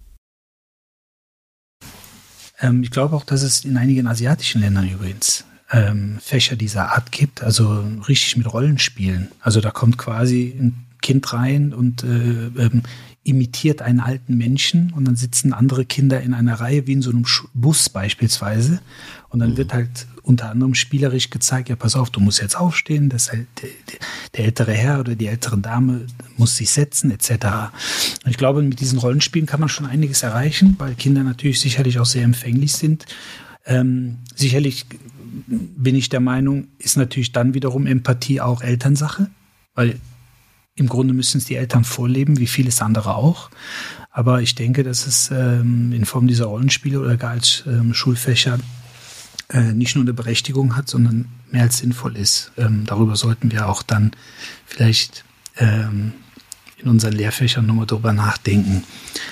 Ich glaube auch, dass es in einigen asiatischen Ländern übrigens Fächer dieser Art gibt, also richtig mit Rollenspielen. Also da kommt quasi ein Kind rein und imitiert einen alten Menschen, und dann sitzen andere Kinder in einer Reihe, wie in so einem Bus beispielsweise, und dann wird halt unter anderem spielerisch gezeigt, ja, pass auf, du musst jetzt aufstehen, der ältere Herr oder die ältere Dame muss sich setzen, etc. Und ich glaube, mit diesen Rollenspielen kann man schon einiges erreichen, weil Kinder natürlich sicherlich auch sehr empfänglich sind. Sicherlich bin ich der Meinung, ist natürlich dann wiederum Empathie auch Elternsache, weil im Grunde müssen es die Eltern vorleben, wie vieles andere auch. Aber ich denke, dass es in Form dieser Rollenspiele oder gar als Schulfächer nicht nur eine Berechtigung hat, sondern mehr als sinnvoll ist. Darüber sollten wir auch dann vielleicht in unseren Lehrfächern nochmal drüber nachdenken.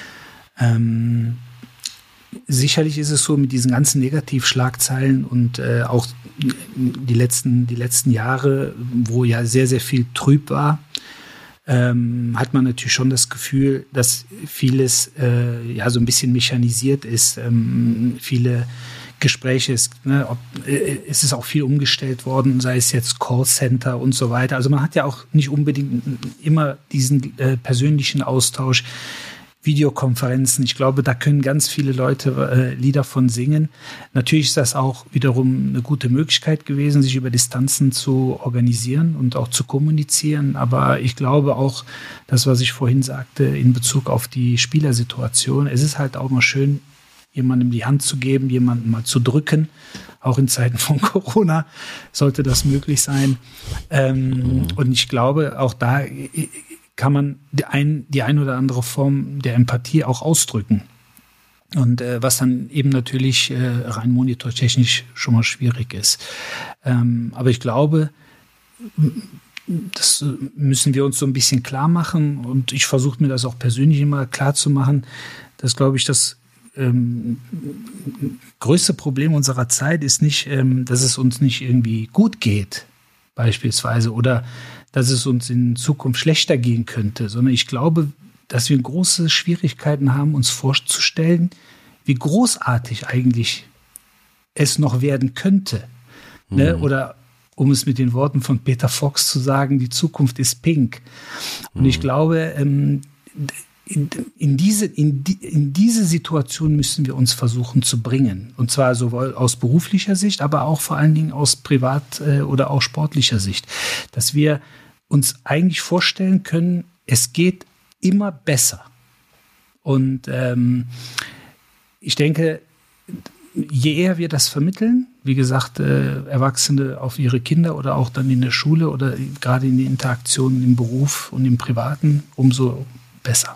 Sicherlich ist es so, mit diesen ganzen Negativschlagzeilen und auch die letzten Jahre, wo ja sehr, sehr viel trüb war, hat man natürlich schon das Gefühl, dass vieles so ein bisschen mechanisiert ist. Viele Gespräche, es ist auch viel umgestellt worden, sei es jetzt Callcenter und so weiter. Also man hat ja auch nicht unbedingt immer diesen persönlichen Austausch, Videokonferenzen. Ich glaube, da können ganz viele Leute Lieder von singen. Natürlich ist das auch wiederum eine gute Möglichkeit gewesen, sich über Distanzen zu organisieren und auch zu kommunizieren. Aber ich glaube auch, das, was ich vorhin sagte, in Bezug auf die Spielersituation, es ist halt auch mal schön, jemandem die Hand zu geben, jemanden mal zu drücken. Auch in Zeiten von Corona sollte das möglich sein. Und ich glaube, auch da kann man die ein oder andere Form der Empathie auch ausdrücken. Und was dann eben natürlich rein monitortechnisch schon mal schwierig ist. Aber ich glaube, das müssen wir uns so ein bisschen klar machen. Und ich versuche mir das auch persönlich immer klar zu machen, dass, glaube ich, das größte Problem unserer Zeit ist nicht, dass es uns nicht irgendwie gut geht, beispielsweise, oder dass es uns in Zukunft schlechter gehen könnte, sondern ich glaube, dass wir große Schwierigkeiten haben, uns vorzustellen, wie großartig eigentlich es noch werden könnte. Ne? um es mit den Worten von Peter Fox zu sagen, die Zukunft ist pink. Und ich glaube, in diese Situation müssen wir uns versuchen zu bringen. Und zwar sowohl aus beruflicher Sicht, aber auch vor allen Dingen aus privat- oder auch sportlicher Sicht. Dass wir uns eigentlich vorstellen können, es geht immer besser. Und ich denke, je eher wir das vermitteln, wie gesagt, Erwachsene auf ihre Kinder oder auch dann in der Schule oder gerade in die Interaktionen im Beruf und im Privaten, umso besser.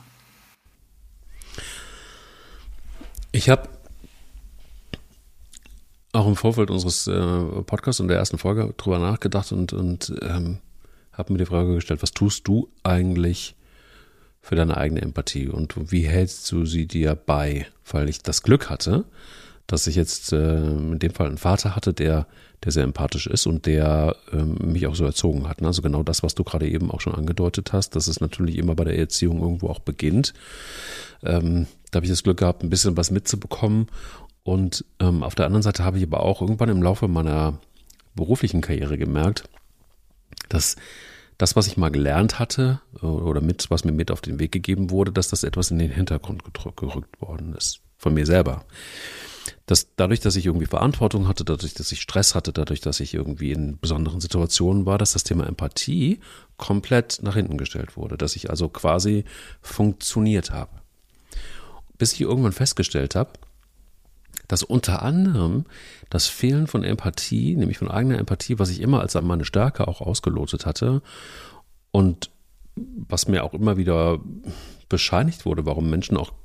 Ich habe auch im Vorfeld unseres Podcasts und der ersten Folge drüber nachgedacht und habe mir die Frage gestellt, was tust du eigentlich für deine eigene Empathie und wie hältst du sie dir bei? Weil ich das Glück hatte, dass ich jetzt in dem Fall einen Vater hatte, der sehr empathisch ist und der mich auch so erzogen hat. Also genau das, was du gerade eben auch schon angedeutet hast, dass es natürlich immer bei der Erziehung irgendwo auch beginnt. Da habe ich das Glück gehabt, ein bisschen was mitzubekommen. Und auf der anderen Seite habe ich aber auch irgendwann im Laufe meiner beruflichen Karriere gemerkt, dass das, was ich mal gelernt hatte oder was mir mit auf den Weg gegeben wurde, dass das etwas in den Hintergrund gerückt worden ist. Von mir selber. Dadurch, dass ich irgendwie Verantwortung hatte, dadurch, dass ich Stress hatte, dadurch, dass ich irgendwie in besonderen Situationen war, dass das Thema Empathie komplett nach hinten gestellt wurde. Dass ich also quasi funktioniert habe. Bis ich irgendwann festgestellt habe, dass unter anderem das Fehlen von Empathie, nämlich von eigener Empathie, was ich immer als meine Stärke auch ausgelotet hatte und was mir auch immer wieder bescheinigt wurde, warum Menschen auch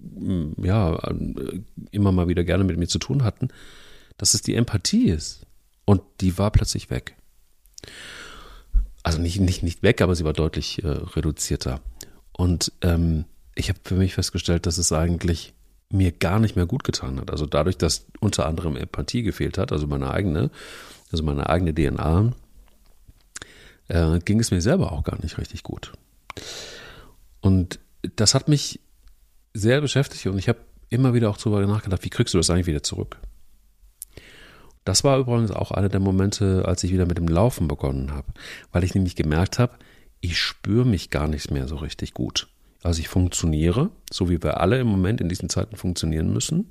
immer mal wieder gerne mit mir zu tun hatten, dass es die Empathie ist. Und die war plötzlich weg. Also nicht weg, aber sie war deutlich reduzierter. Und ich habe für mich festgestellt, dass es eigentlich mir gar nicht mehr gut getan hat. Also dadurch, dass unter anderem Empathie gefehlt hat, also meine eigene DNA, ging es mir selber auch gar nicht richtig gut. Und das hat mich sehr beschäftigt und ich habe immer wieder auch darüber nachgedacht, wie kriegst du das eigentlich wieder zurück? Das war übrigens auch einer der Momente, als ich wieder mit dem Laufen begonnen habe, weil ich nämlich gemerkt habe, ich spüre mich gar nicht mehr so richtig gut. Also ich funktioniere, so wie wir alle im Moment in diesen Zeiten funktionieren müssen,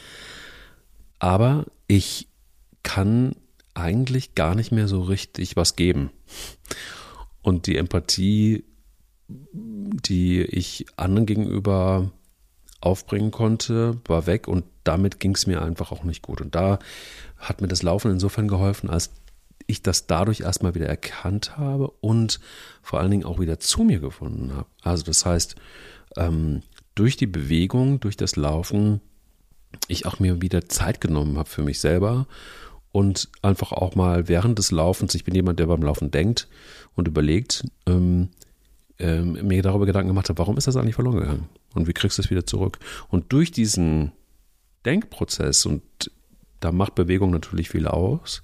aber ich kann eigentlich gar nicht mehr so richtig was geben. Und die Empathie, die ich anderen gegenüber aufbringen konnte, war weg und damit ging es mir einfach auch nicht gut. Und da hat mir das Laufen insofern geholfen, als ich das dadurch erstmal wieder erkannt habe und vor allen Dingen auch wieder zu mir gefunden habe. Also das heißt, durch die Bewegung, durch das Laufen, ich auch mir wieder Zeit genommen habe für mich selber und einfach auch mal während des Laufens, ich bin jemand, der beim Laufen denkt und überlegt, mir darüber Gedanken gemacht habe, warum ist das eigentlich verloren gegangen und wie kriegst du es wieder zurück? Und durch diesen Denkprozess, und da macht Bewegung natürlich viel aus,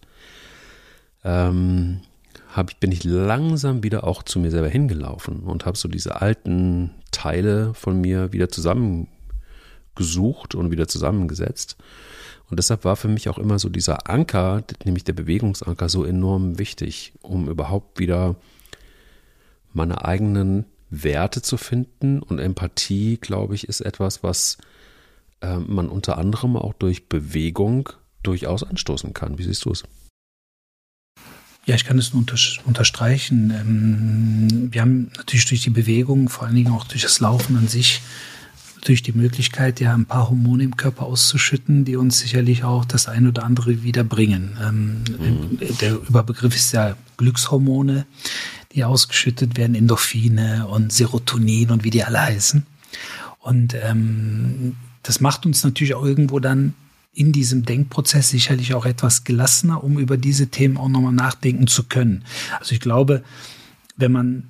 bin ich langsam wieder auch zu mir selber hingelaufen und habe so diese alten Teile von mir wieder zusammengesucht und wieder zusammengesetzt. Und deshalb war für mich auch immer so dieser Anker, nämlich der Bewegungsanker, so enorm wichtig, um überhaupt wieder meine eigenen Werte zu finden. Und Empathie, glaube ich, ist etwas, was man unter anderem auch durch Bewegung durchaus anstoßen kann. Wie siehst du es? Ja, ich kann es nur unterstreichen. Wir haben natürlich durch die Bewegung, vor allen Dingen auch durch das Laufen an sich, natürlich die Möglichkeit, ja ein paar Hormone im Körper auszuschütten, die uns sicherlich auch das ein oder andere wieder bringen. Der Überbegriff ist ja Glückshormone, die ausgeschüttet werden, Endorphine und Serotonin und wie die alle heißen. Und das macht uns natürlich auch irgendwo dann in diesem Denkprozess sicherlich auch etwas gelassener, um über diese Themen auch nochmal nachdenken zu können. Also ich glaube, man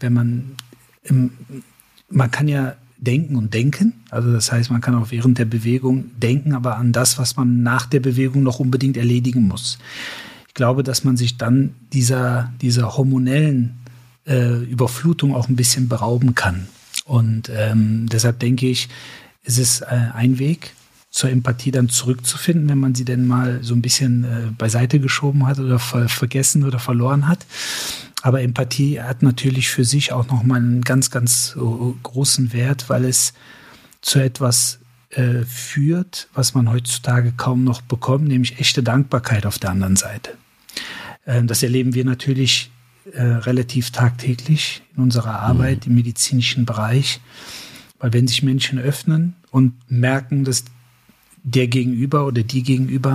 kann ja denken und denken, also das heißt, man kann auch während der Bewegung denken, aber an das, was man nach der Bewegung noch unbedingt erledigen muss. Ich glaube, dass man sich dann dieser hormonellen Überflutung auch ein bisschen berauben kann. Und deshalb denke ich, es ist ein Weg, zur Empathie dann zurückzufinden, wenn man sie denn mal so ein bisschen beiseite geschoben hat oder vergessen oder verloren hat. Aber Empathie hat natürlich für sich auch nochmal einen ganz, ganz großen Wert, weil es zu etwas führt, was man heutzutage kaum noch bekommt, nämlich echte Dankbarkeit auf der anderen Seite. Das erleben wir natürlich relativ tagtäglich in unserer Arbeit im medizinischen Bereich, weil wenn sich Menschen öffnen und merken, dass der Gegenüber oder die Gegenüber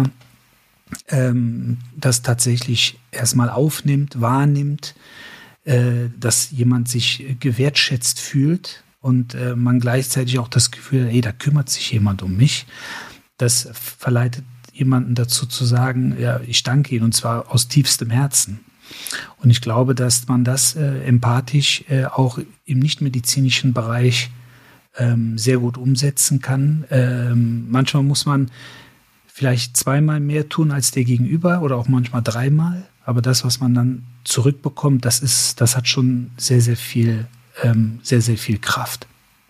das tatsächlich erstmal aufnimmt, wahrnimmt, dass jemand sich gewertschätzt fühlt und man gleichzeitig auch das Gefühl hat, da kümmert sich jemand um mich. Das verleitet jemanden dazu zu sagen, ja, ich danke Ihnen, und zwar aus tiefstem Herzen. Und ich glaube, dass man das empathisch auch im nichtmedizinischen Bereich sehr gut umsetzen kann. Manchmal muss man vielleicht zweimal mehr tun als der Gegenüber oder auch manchmal dreimal. Aber das, was man dann zurückbekommt, das hat schon sehr, sehr viel Kraft.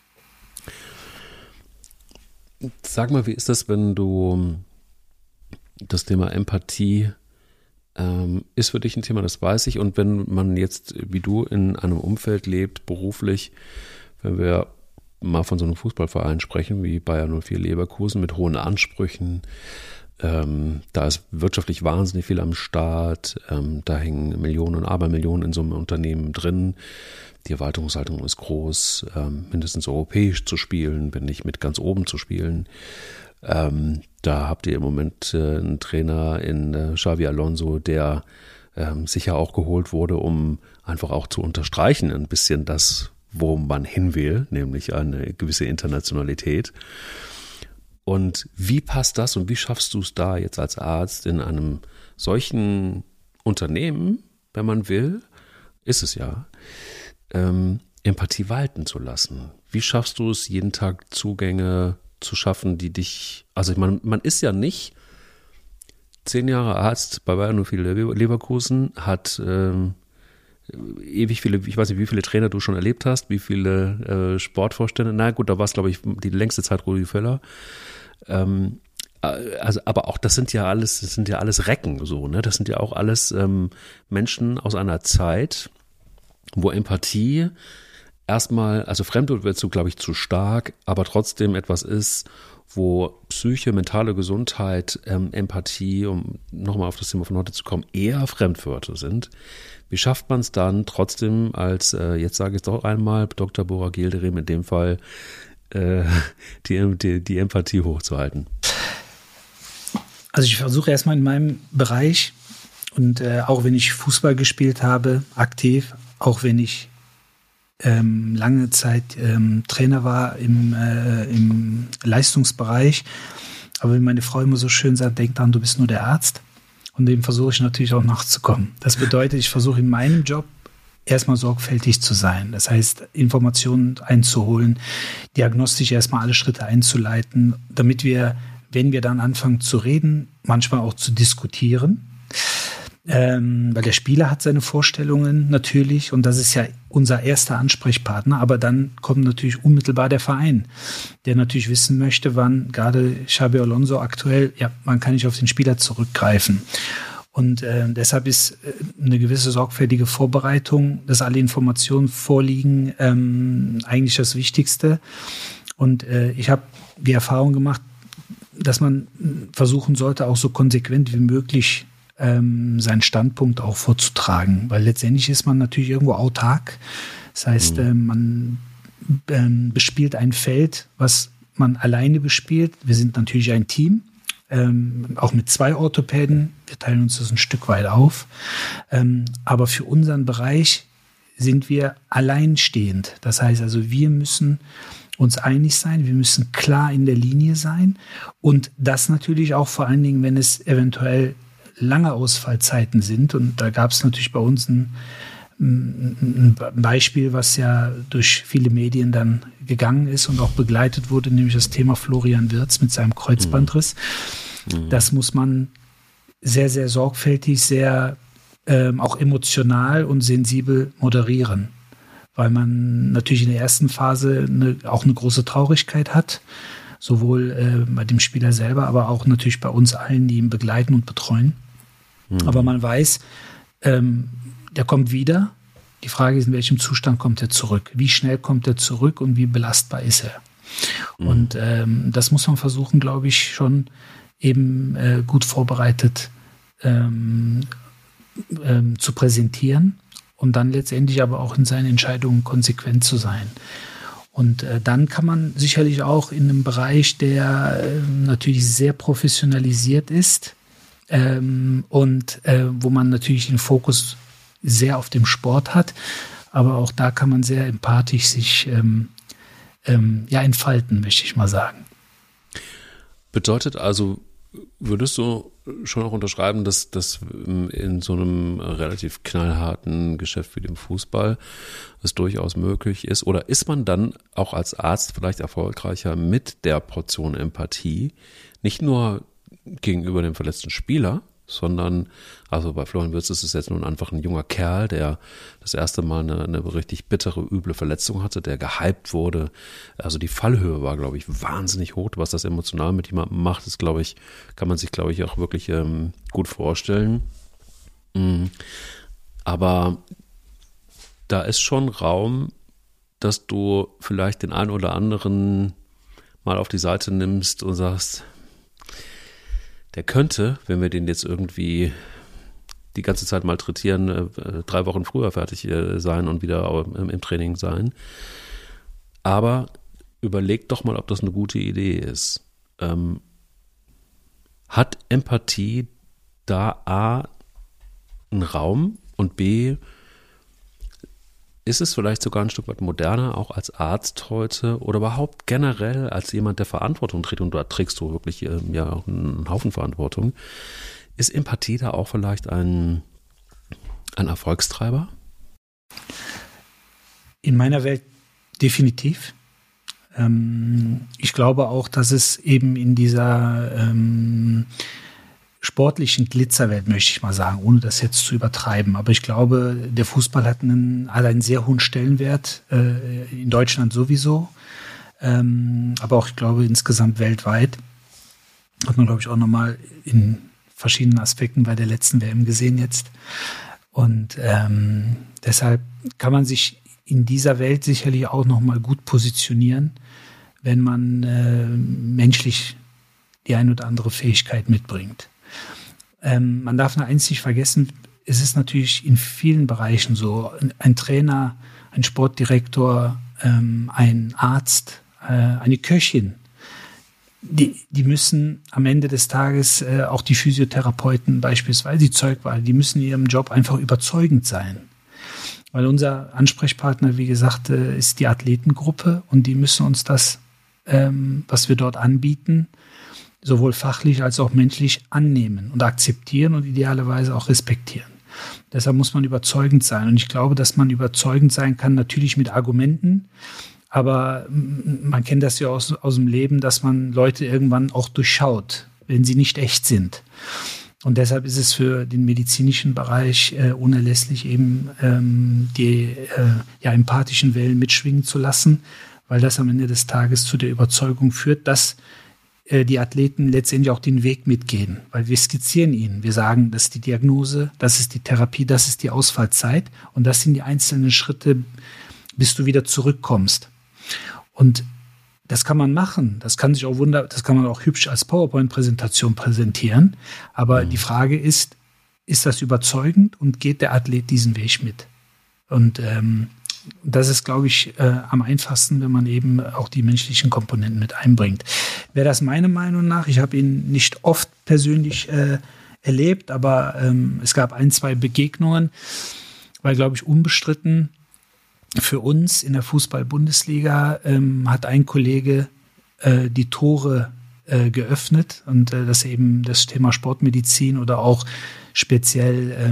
Sag mal, wie ist das, wenn du das Thema Empathie ist für dich ein Thema, das weiß ich. Und wenn man jetzt, wie du, in einem Umfeld lebt, beruflich, wenn wir mal von so einem Fußballverein sprechen, wie Bayer 04 Leverkusen mit hohen Ansprüchen, da ist wirtschaftlich wahnsinnig viel am Start, da hängen Millionen und Abermillionen in so einem Unternehmen drin. Die Erwartungshaltung ist groß, mindestens europäisch zu spielen, wenn nicht mit ganz oben zu spielen. Da habt ihr im Moment einen Trainer in Xabi Alonso, der sicher auch geholt wurde, um einfach auch zu unterstreichen, ein bisschen das, wo man hin will, nämlich eine gewisse Internationalität. Und wie passt das und wie schaffst du es da jetzt als Arzt in einem solchen Unternehmen, wenn man will, ist es ja, Empathie walten zu lassen? Wie schaffst du es, jeden Tag Zugänge zu schaffen, die dich, also ich meine, man ist ja nicht 10 Jahre Arzt bei Bayer 04 Leverkusen, hat ewig viele, ich weiß nicht, wie viele Trainer du schon erlebt hast, wie viele Sportvorstände. Na gut, da war es, glaube ich, die längste Zeit Rudi Völler. Also, aber auch das sind ja alles Recken, so, ne? Das sind ja auch alles Menschen aus einer Zeit, wo Empathie erstmal, also Fremdwort wird so, glaube ich, zu stark, aber trotzdem etwas ist, wo Psyche, mentale Gesundheit, Empathie, um nochmal auf das Thema von heute zu kommen, eher Fremdwörter sind. Wie schafft man es dann trotzdem als, jetzt sage ich es doch einmal, Dr. Burak Yildirim in dem Fall, die Empathie hochzuhalten? Also ich versuche erstmal in meinem Bereich und auch wenn ich Fußball gespielt habe, aktiv, auch wenn ich lange Zeit Trainer war im Leistungsbereich. Aber wie meine Frau immer so schön sagt, denk daran, du bist nur der Arzt. Und dem versuche ich natürlich auch nachzukommen. Das bedeutet, ich versuche in meinem Job erstmal sorgfältig zu sein. Das heißt, Informationen einzuholen, diagnostisch erstmal alle Schritte einzuleiten, damit wir, wenn wir dann anfangen zu reden, manchmal auch zu diskutieren. Weil der Spieler hat seine Vorstellungen natürlich und das ist ja unser erster Ansprechpartner, aber dann kommt natürlich unmittelbar der Verein, der natürlich wissen möchte, wann gerade Xabi Alonso aktuell, ja, wann kann ich auf den Spieler zurückgreifen. Und deshalb ist eine gewisse sorgfältige Vorbereitung, dass alle Informationen vorliegen, eigentlich das Wichtigste. Und ich habe die Erfahrung gemacht, dass man versuchen sollte, auch so konsequent wie möglich seinen Standpunkt auch vorzutragen, weil letztendlich ist man natürlich irgendwo autark. Das heißt, man bespielt ein Feld, was man alleine bespielt. Wir sind natürlich ein Team, auch mit 2 Orthopäden. Wir teilen uns das ein Stück weit auf. Aber für unseren Bereich sind wir alleinstehend. Das heißt also, wir müssen uns einig sein, wir müssen klar in der Linie sein und das natürlich auch vor allen Dingen, wenn es eventuell lange Ausfallzeiten sind. Und da gab es natürlich bei uns ein Beispiel, was ja durch viele Medien dann gegangen ist und auch begleitet wurde, nämlich das Thema Florian Wirtz mit seinem Kreuzbandriss. Das muss man sehr, sehr sorgfältig, sehr auch emotional und sensibel moderieren, weil man natürlich in der ersten Phase auch eine große Traurigkeit hat sowohl bei dem Spieler selber, aber auch natürlich bei uns allen, die ihn begleiten und betreuen. Aber man weiß, der kommt wieder. Die Frage ist, in welchem Zustand kommt er zurück? Wie schnell kommt er zurück und wie belastbar ist er? Und das muss man versuchen, glaube ich, schon eben gut vorbereitet zu präsentieren und dann letztendlich aber auch in seinen Entscheidungen konsequent zu sein. Und dann kann man sicherlich auch in einem Bereich, der natürlich sehr professionalisiert ist und wo man natürlich den Fokus sehr auf dem Sport hat, aber auch da kann man sehr empathisch sich entfalten, möchte ich mal sagen. Bedeutet also, würdest du schon auch unterschreiben, dass in so einem relativ knallharten Geschäft wie dem Fußball es durchaus möglich ist, oder ist man dann auch als Arzt vielleicht erfolgreicher mit der Portion Empathie, nicht nur gegenüber dem verletzten Spieler, sondern, also bei Florian Wirtz ist es jetzt nun einfach ein junger Kerl, der das erste Mal eine richtig bittere, üble Verletzung hatte, der gehypt wurde. Also die Fallhöhe war, glaube ich, wahnsinnig hoch. Was das emotional mit jemandem macht, ist, glaube ich, kann man sich, glaube ich, auch wirklich gut vorstellen. Aber da ist schon Raum, dass du vielleicht den einen oder anderen mal auf die Seite nimmst und sagst, der könnte, wenn wir den jetzt irgendwie die ganze Zeit malträtieren, 3 Wochen früher fertig sein und wieder im Training sein. Aber überleg doch mal, ob das eine gute Idee ist. Hat Empathie da A, einen Raum und B, ist es vielleicht sogar ein Stück weit moderner, auch als Arzt heute oder überhaupt generell als jemand, der Verantwortung trägt, und da trägst du wirklich auch einen Haufen Verantwortung. Ist Empathie da auch vielleicht ein Erfolgstreiber? In meiner Welt definitiv. Ich glaube auch, dass es eben in dieser sportlichen Glitzerwelt, möchte ich mal sagen, ohne das jetzt zu übertreiben. Aber ich glaube, der Fußball hat einen sehr hohen Stellenwert, in Deutschland sowieso, aber auch, ich glaube, insgesamt weltweit. Hat man, glaube ich, auch nochmal in verschiedenen Aspekten bei der letzten WM gesehen jetzt. Und deshalb kann man sich in dieser Welt sicherlich auch nochmal gut positionieren, wenn man menschlich die ein oder andere Fähigkeit mitbringt. Man darf nur eins nicht vergessen, es ist natürlich in vielen Bereichen so, ein Trainer, ein Sportdirektor, ein Arzt, eine Köchin, die müssen am Ende des Tages, auch die Physiotherapeuten beispielsweise, die Zeugwarte, die müssen in ihrem Job einfach überzeugend sein. Weil unser Ansprechpartner, wie gesagt, ist die Athletengruppe und die müssen uns das, was wir dort anbieten, sowohl fachlich als auch menschlich annehmen und akzeptieren und idealerweise auch respektieren. Deshalb muss man überzeugend sein. Und ich glaube, dass man überzeugend sein kann, natürlich mit Argumenten, aber man kennt das ja aus dem Leben, dass man Leute irgendwann auch durchschaut, wenn sie nicht echt sind. Und deshalb ist es für den medizinischen Bereich unerlässlich, eben die empathischen Wellen mitschwingen zu lassen, weil das am Ende des Tages zu der Überzeugung führt, dass die Athleten letztendlich auch den Weg mitgehen, weil wir skizzieren ihnen. Wir sagen, das ist die Diagnose, das ist die Therapie, das ist die Ausfallzeit und das sind die einzelnen Schritte, bis du wieder zurückkommst. Und das kann man machen. Das kann man auch hübsch als PowerPoint-Präsentation präsentieren. Aber die Frage ist das überzeugend und geht der Athlet diesen Weg mit? Und das ist, glaube ich, am einfachsten, wenn man eben auch die menschlichen Komponenten mit einbringt. Wäre das meiner Meinung nach, ich habe ihn nicht oft persönlich erlebt, aber es gab 1, 2 Begegnungen, weil, glaube ich, unbestritten für uns in der Fußball-Bundesliga hat ein Kollege die Tore geöffnet und das eben das Thema Sportmedizin oder auch speziell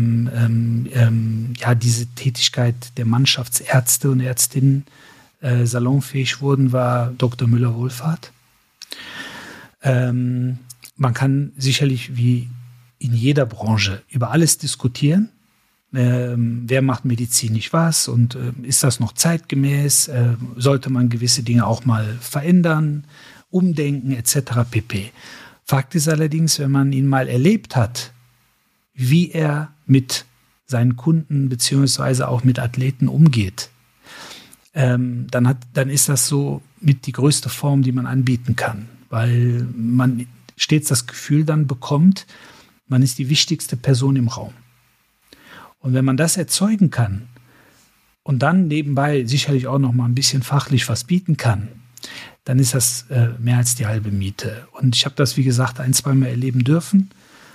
diese Tätigkeit der Mannschaftsärzte und Ärztinnen salonfähig wurden, war Dr. Müller-Wohlfahrt. Man kann sicherlich wie in jeder Branche über alles diskutieren. Wer macht medizinisch was und ist das noch zeitgemäß? Sollte man gewisse Dinge auch mal verändern Umdenken etc. pp. Fakt ist allerdings, wenn man ihn mal erlebt hat, wie er mit seinen Kunden beziehungsweise auch mit Athleten umgeht, dann ist das so mit die größte Form, die man anbieten kann, weil man stets das Gefühl dann bekommt, man ist die wichtigste Person im Raum. Und wenn man das erzeugen kann und dann nebenbei sicherlich auch noch mal ein bisschen fachlich was bieten kann, dann ist das mehr als die halbe Miete. Und ich habe das, wie gesagt, 1-2 Mal erleben dürfen.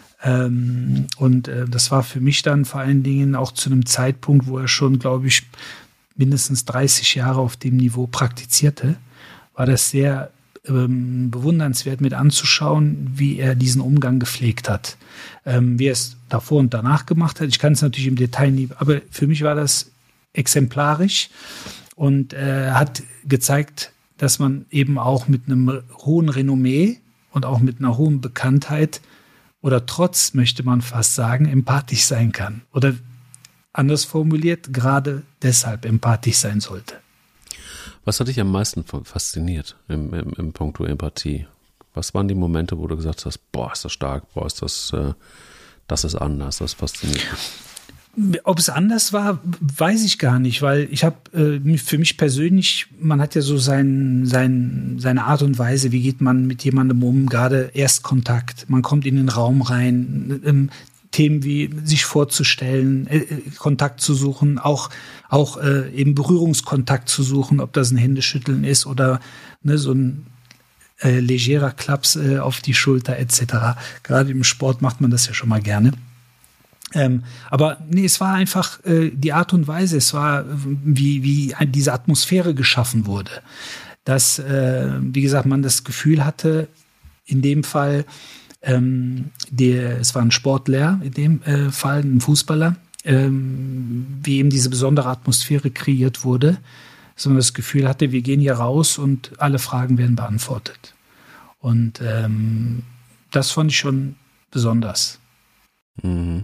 Das war für mich dann vor allen Dingen auch zu einem Zeitpunkt, wo er schon, glaube ich, mindestens 30 Jahre auf dem Niveau praktizierte, war das sehr bewundernswert mit anzuschauen, wie er diesen Umgang gepflegt hat. Wie er es davor und danach gemacht hat. Ich kann es natürlich im Detail nie, aber für mich war das exemplarisch und hat gezeigt, dass man eben auch mit einem hohen Renommee und auch mit einer hohen Bekanntheit oder trotz, möchte man fast sagen, empathisch sein kann. Oder anders formuliert, gerade deshalb empathisch sein sollte. Was hat dich am meisten fasziniert im Punkto Empathie? Was waren die Momente, wo du gesagt hast, boah, ist das stark, boah, ist das ist anders, das fasziniert mich? Ob es anders war, weiß ich gar nicht, weil ich habe für mich persönlich, man hat ja so seine Art und Weise, wie geht man mit jemandem um, gerade Erstkontakt, man kommt in den Raum rein, Themen wie sich vorzustellen, Kontakt zu suchen, auch eben Berührungskontakt zu suchen, ob das ein Händeschütteln ist oder so ein legerer Klaps auf die Schulter etc. Gerade im Sport macht man das ja schon mal gerne. Aber nee, es war einfach die Art und Weise, es war, wie diese Atmosphäre geschaffen wurde. Dass, wie gesagt, man das Gefühl hatte, in dem Fall, es war ein Sportler, in dem Fall ein Fußballer, wie eben diese besondere Atmosphäre kreiert wurde, sondern das Gefühl hatte, wir gehen hier raus und alle Fragen werden beantwortet. Und das fand ich schon besonders. Mhm.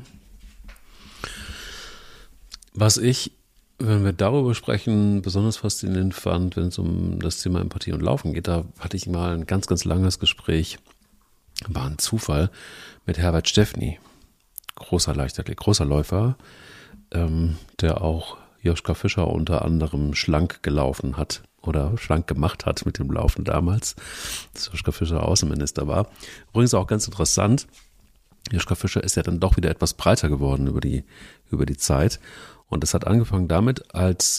Was ich, wenn wir darüber sprechen, besonders faszinierend fand, wenn es um das Thema Empathie und Laufen geht, da hatte ich mal ein ganz, ganz langes Gespräch, war ein Zufall, mit Herbert Steffny, großer Leichtathlet, großer Läufer, der auch Joschka Fischer unter anderem schlank gelaufen hat oder schlank gemacht hat mit dem Laufen damals, als Joschka Fischer Außenminister war. Übrigens auch ganz interessant, Joschka Fischer ist ja dann doch wieder etwas breiter geworden über die Zeit. Und das hat angefangen damit, als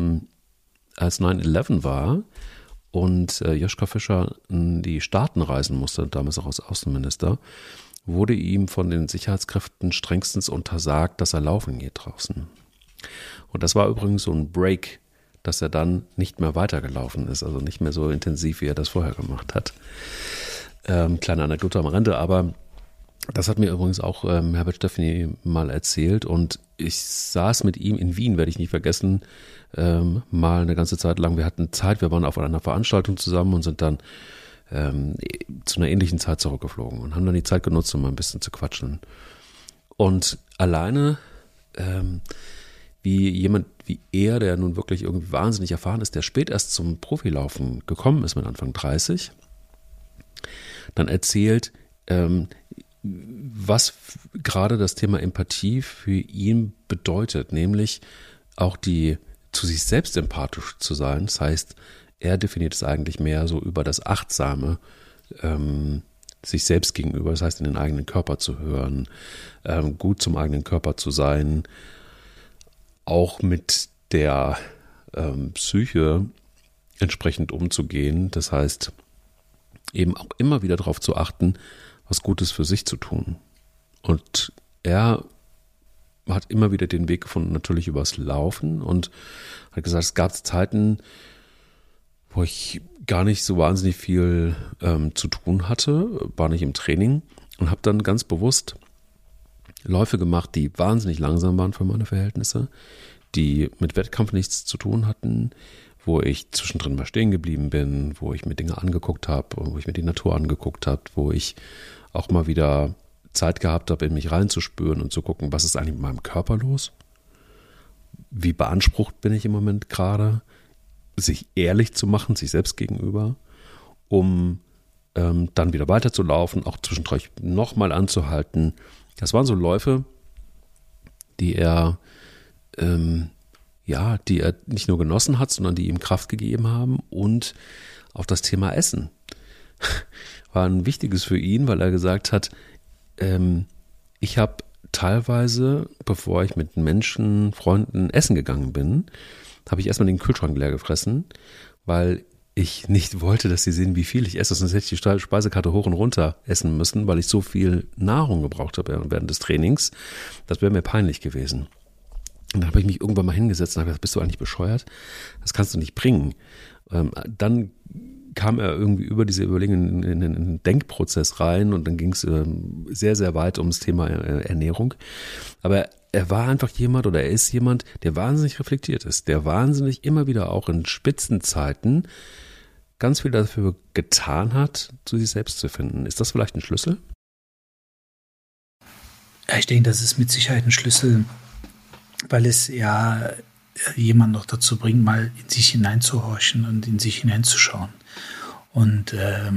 9/11 war und Joschka Fischer in die Staaten reisen musste, damals auch als Außenminister, wurde ihm von den Sicherheitskräften strengstens untersagt, dass er laufen geht draußen. Und das war übrigens so ein Break, dass er dann nicht mehr weitergelaufen ist, also nicht mehr so intensiv, wie er das vorher gemacht hat. Kleine Anekdote am Rande, aber das hat mir übrigens auch Herbert Steffny mal erzählt und ich saß mit ihm in Wien, werde ich nie vergessen, mal eine ganze Zeit lang. Wir hatten Zeit, wir waren auf einer Veranstaltung zusammen und sind dann zu einer ähnlichen Zeit zurückgeflogen und haben dann die Zeit genutzt, um mal ein bisschen zu quatschen. Und alleine wie jemand wie er, der nun wirklich irgendwie wahnsinnig erfahren ist, der spät erst zum Profilaufen gekommen ist mit Anfang 30, dann erzählt, was gerade das Thema Empathie für ihn bedeutet, nämlich auch zu sich selbst empathisch zu sein. Das heißt, er definiert es eigentlich mehr so über das Achtsame sich selbst gegenüber, das heißt, in den eigenen Körper zu hören, gut zum eigenen Körper zu sein, auch mit der Psyche entsprechend umzugehen. Das heißt, eben auch immer wieder darauf zu achten, was Gutes für sich zu tun. Und er hat immer wieder den Weg gefunden, natürlich übers Laufen und hat gesagt, es gab Zeiten, wo ich gar nicht so wahnsinnig viel zu tun hatte, war nicht im Training und habe dann ganz bewusst Läufe gemacht, die wahnsinnig langsam waren für meine Verhältnisse, die mit Wettkampf nichts zu tun hatten, wo ich zwischendrin mal stehen geblieben bin, wo ich mir Dinge angeguckt habe, wo ich mir die Natur angeguckt habe, wo ich auch mal wieder Zeit gehabt habe, in mich reinzuspüren und zu gucken, was ist eigentlich mit meinem Körper los? Wie beansprucht bin ich im Moment gerade? Sich ehrlich zu machen, sich selbst gegenüber um dann wieder weiterzulaufen, auch zwischendurch nochmal anzuhalten. Das waren so Läufe, die er nicht nur genossen hat, sondern die ihm Kraft gegeben haben. Und auch das Thema Essen war ein wichtiges für ihn, weil er gesagt hat, ich habe teilweise, bevor ich mit Menschen, Freunden essen gegangen bin, habe ich erstmal den Kühlschrank leer gefressen, weil ich nicht wollte, dass sie sehen, wie viel ich esse. Sonst hätte ich die Speisekarte hoch und runter essen müssen, weil ich so viel Nahrung gebraucht habe während des Trainings. Das wäre mir peinlich gewesen. Und dann habe ich mich irgendwann mal hingesetzt und habe gesagt, bist du eigentlich bescheuert? Das kannst du nicht bringen. Dann kam er irgendwie über diese Überlegungen in einen Denkprozess rein und dann ging es sehr, sehr weit ums Thema Ernährung. Aber er war einfach jemand oder er ist jemand, der wahnsinnig reflektiert ist, der wahnsinnig immer wieder auch in Spitzenzeiten ganz viel dafür getan hat, zu sich selbst zu finden. Ist das vielleicht ein Schlüssel? Ja, ich denke, das ist mit Sicherheit ein Schlüssel, weil es ja jemand noch dazu bringt, mal in sich hineinzuhorchen und in sich hineinzuschauen. Und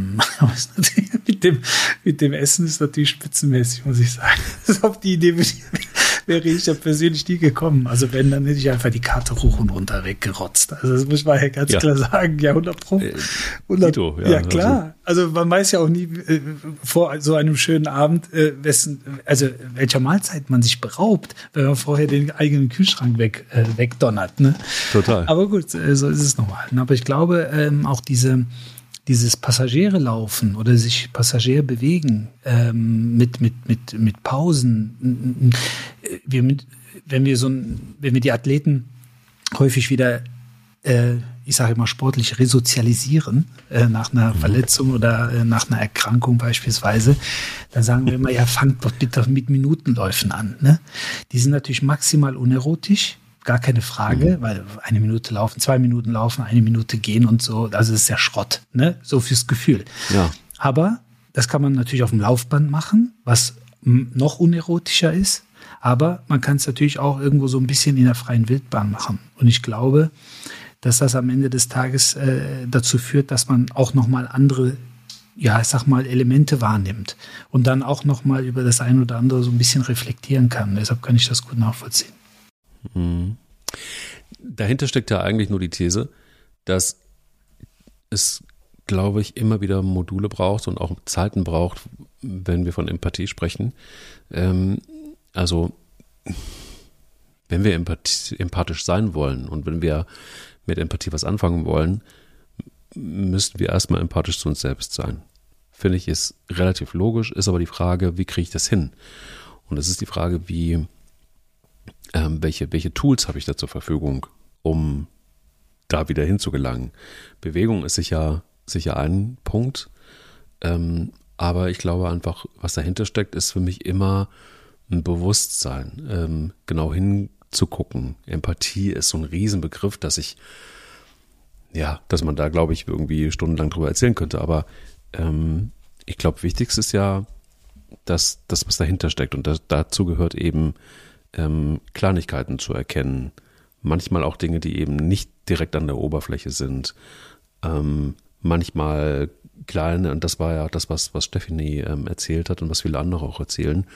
mit dem Essen ist natürlich spitzenmäßig, muss ich sagen. Auf die Idee wäre ich ja persönlich nie gekommen. Also wenn, dann hätte ich einfach die Karte hoch und runter weggerotzt. Also das muss man ja ganz klar sagen. Ja, 100%. Tito, ja, klar. Also man weiß ja auch nie vor so einem schönen Abend, welcher Mahlzeit man sich beraubt, wenn man vorher den eigenen Kühlschrank wegdonnert. Ne? Total. Aber gut, so ist es normal. Aber ich glaube, auch dieses Passagiere-Laufen oder sich Passagier bewegen mit Pausen. Wenn wir die Athleten häufig wieder, ich sage immer sportlich resozialisieren, nach einer Verletzung oder nach einer Erkrankung beispielsweise, dann sagen wir immer, ja, fangt doch bitte mit Minutenläufen an. Ne? Die sind natürlich maximal unerotisch. Gar keine Frage, weil 1 Minute laufen, 2 Minuten laufen, 1 Minute gehen und so, also das ist ja Schrott, ne? So fürs Gefühl. Ja. Aber das kann man natürlich auf dem Laufband machen, was noch unerotischer ist, aber man kann es natürlich auch irgendwo so ein bisschen in der freien Wildbahn machen. Und ich glaube, dass das am Ende des Tages dazu führt, dass man auch nochmal andere, ja, ich sag mal, Elemente wahrnimmt und dann auch nochmal über das ein oder andere so ein bisschen reflektieren kann. Deshalb kann ich das gut nachvollziehen. Dahinter steckt ja eigentlich nur die These, dass es, glaube ich, immer wieder Module braucht und auch Zeiten braucht, wenn wir von Empathie sprechen. Also, wenn wir empathisch sein wollen und wenn wir mit Empathie was anfangen wollen, müssten wir erstmal empathisch zu uns selbst sein. Finde ich, ist relativ logisch, ist aber die Frage, wie kriege ich das hin? Und es ist die Frage, welche Tools habe ich da zur Verfügung, um da wieder hinzugelangen. Bewegung ist sicher ein Punkt, aber ich glaube einfach, was dahinter steckt, ist für mich immer ein Bewusstsein, genau hinzugucken. Empathie ist so ein Riesenbegriff, dass man da, glaube ich, irgendwie stundenlang drüber erzählen könnte, aber ich glaube, wichtigst ist ja, dass das, was dahinter steckt, und dazu gehört eben Kleinigkeiten zu erkennen. Manchmal auch Dinge, die eben nicht direkt an der Oberfläche sind. Manchmal kleine, und das war ja das, was Stefanie erzählt hat und was viele andere auch erzählen,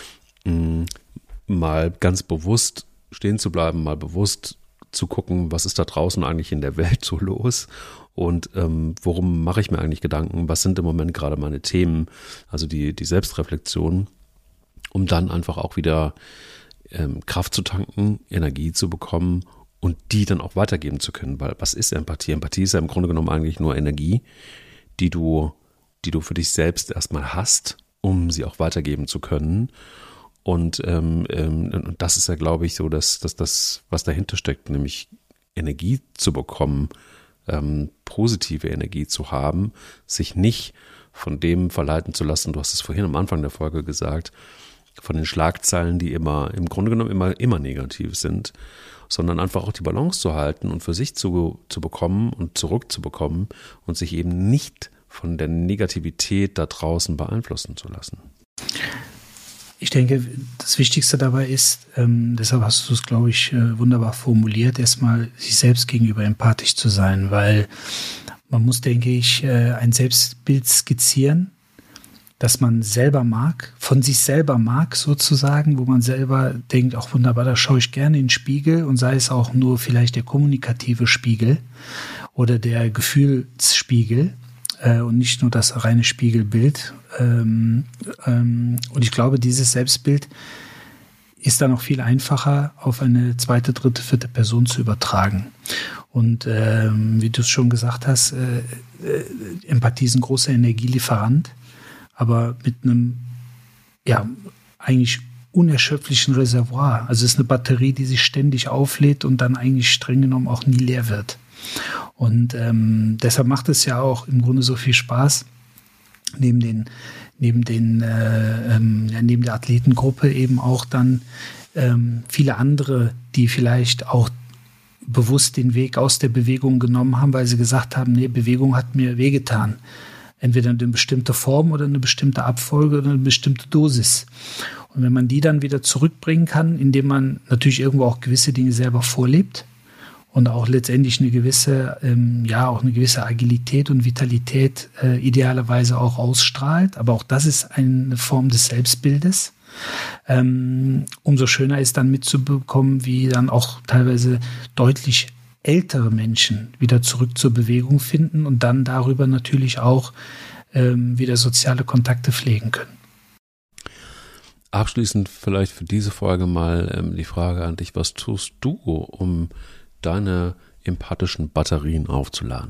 mal ganz bewusst stehen zu bleiben, mal bewusst zu gucken, was ist da draußen eigentlich in der Welt so los und worum mache ich mir eigentlich Gedanken, was sind im Moment gerade meine Themen, also die Selbstreflexion, um dann einfach auch wieder Kraft zu tanken, Energie zu bekommen und die dann auch weitergeben zu können. Weil was ist Empathie? Empathie ist ja im Grunde genommen eigentlich nur Energie, die du für dich selbst erstmal hast, um sie auch weitergeben zu können. Und das ist ja, glaube ich, so, dass das, was dahinter steckt, nämlich Energie zu bekommen, positive Energie zu haben, sich nicht von dem verleiten zu lassen. Du hast es vorhin am Anfang der Folge gesagt, von den Schlagzeilen, die im Grunde genommen immer negativ sind, sondern einfach auch die Balance zu halten und für sich zu bekommen und zurückzubekommen und sich eben nicht von der Negativität da draußen beeinflussen zu lassen. Ich denke, das Wichtigste dabei ist, deshalb hast du es, glaube ich, wunderbar formuliert, erstmal sich selbst gegenüber empathisch zu sein, weil man muss, denke ich, ein Selbstbild skizzieren, das man selber mag, von sich selber mag sozusagen, wo man selber denkt, auch wunderbar, da schaue ich gerne in den Spiegel und sei es auch nur vielleicht der kommunikative Spiegel oder der Gefühlsspiegel und nicht nur das reine Spiegelbild. Und ich glaube, dieses Selbstbild ist dann auch viel einfacher auf eine zweite, dritte, vierte Person zu übertragen. Und wie du es schon gesagt hast, Empathie ist ein großer Energielieferant, aber mit einem, ja, eigentlich unerschöpflichen Reservoir. Also es ist eine Batterie, die sich ständig auflädt und dann eigentlich streng genommen auch nie leer wird. Und deshalb macht es ja auch im Grunde so viel Spaß, neben der Athletengruppe eben auch dann viele andere, die vielleicht auch bewusst den Weg aus der Bewegung genommen haben, weil sie gesagt haben, nee, Bewegung hat mir wehgetan. Entweder eine bestimmte Form oder eine bestimmte Abfolge oder eine bestimmte Dosis. Und wenn man die dann wieder zurückbringen kann, indem man natürlich irgendwo auch gewisse Dinge selber vorlebt und auch letztendlich eine gewisse, auch eine gewisse Agilität und Vitalität idealerweise auch ausstrahlt. Aber auch das ist eine Form des Selbstbildes. Umso schöner ist dann mitzubekommen, wie dann auch teilweise deutlich ältere Menschen wieder zurück zur Bewegung finden und dann darüber natürlich auch wieder soziale Kontakte pflegen können. Abschließend vielleicht für diese Folge mal die Frage an dich, was tust du, um deine empathischen Batterien aufzuladen?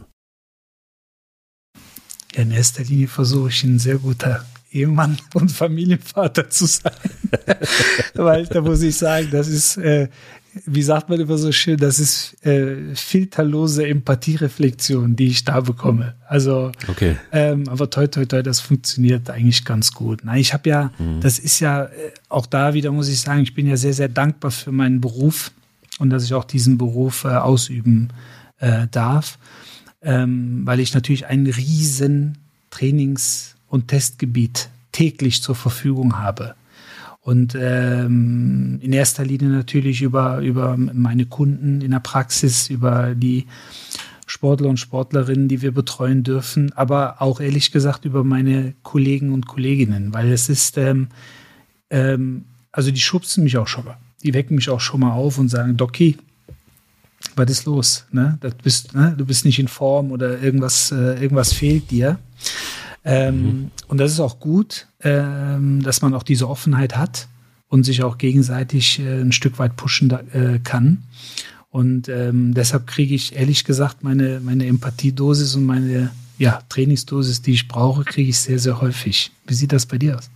Ja, in erster Linie versuche ich ein sehr guter Ehemann und Familienvater zu sein. Weil da muss ich sagen, das ist, wie sagt man immer so schön, das ist filterlose Empathiereflexion, die ich da bekomme. Also, okay. Aber toi, toi, toi, das funktioniert eigentlich ganz gut. Nein, ich habe ja, das ist ja, auch da wieder muss ich sagen, ich bin ja sehr, sehr dankbar für meinen Beruf und dass ich auch diesen Beruf ausüben darf, weil ich natürlich einen riesen Trainings- und Testgebiet täglich zur Verfügung habe. Und in erster Linie natürlich über meine Kunden in der Praxis, über die Sportler und Sportlerinnen, die wir betreuen dürfen, aber auch ehrlich gesagt über meine Kollegen und Kolleginnen, weil es ist, also die schubsen mich auch schon mal, die wecken mich auch schon mal auf und sagen, Doki, was ist los? Ne? Du bist nicht in Form oder irgendwas fehlt dir. Und das ist auch gut, dass man auch diese Offenheit hat und sich auch gegenseitig ein Stück weit pushen kann. Und deshalb kriege ich ehrlich gesagt meine Empathiedosis und meine Trainingsdosis, die ich brauche, kriege ich sehr, sehr häufig. Wie sieht das bei dir aus?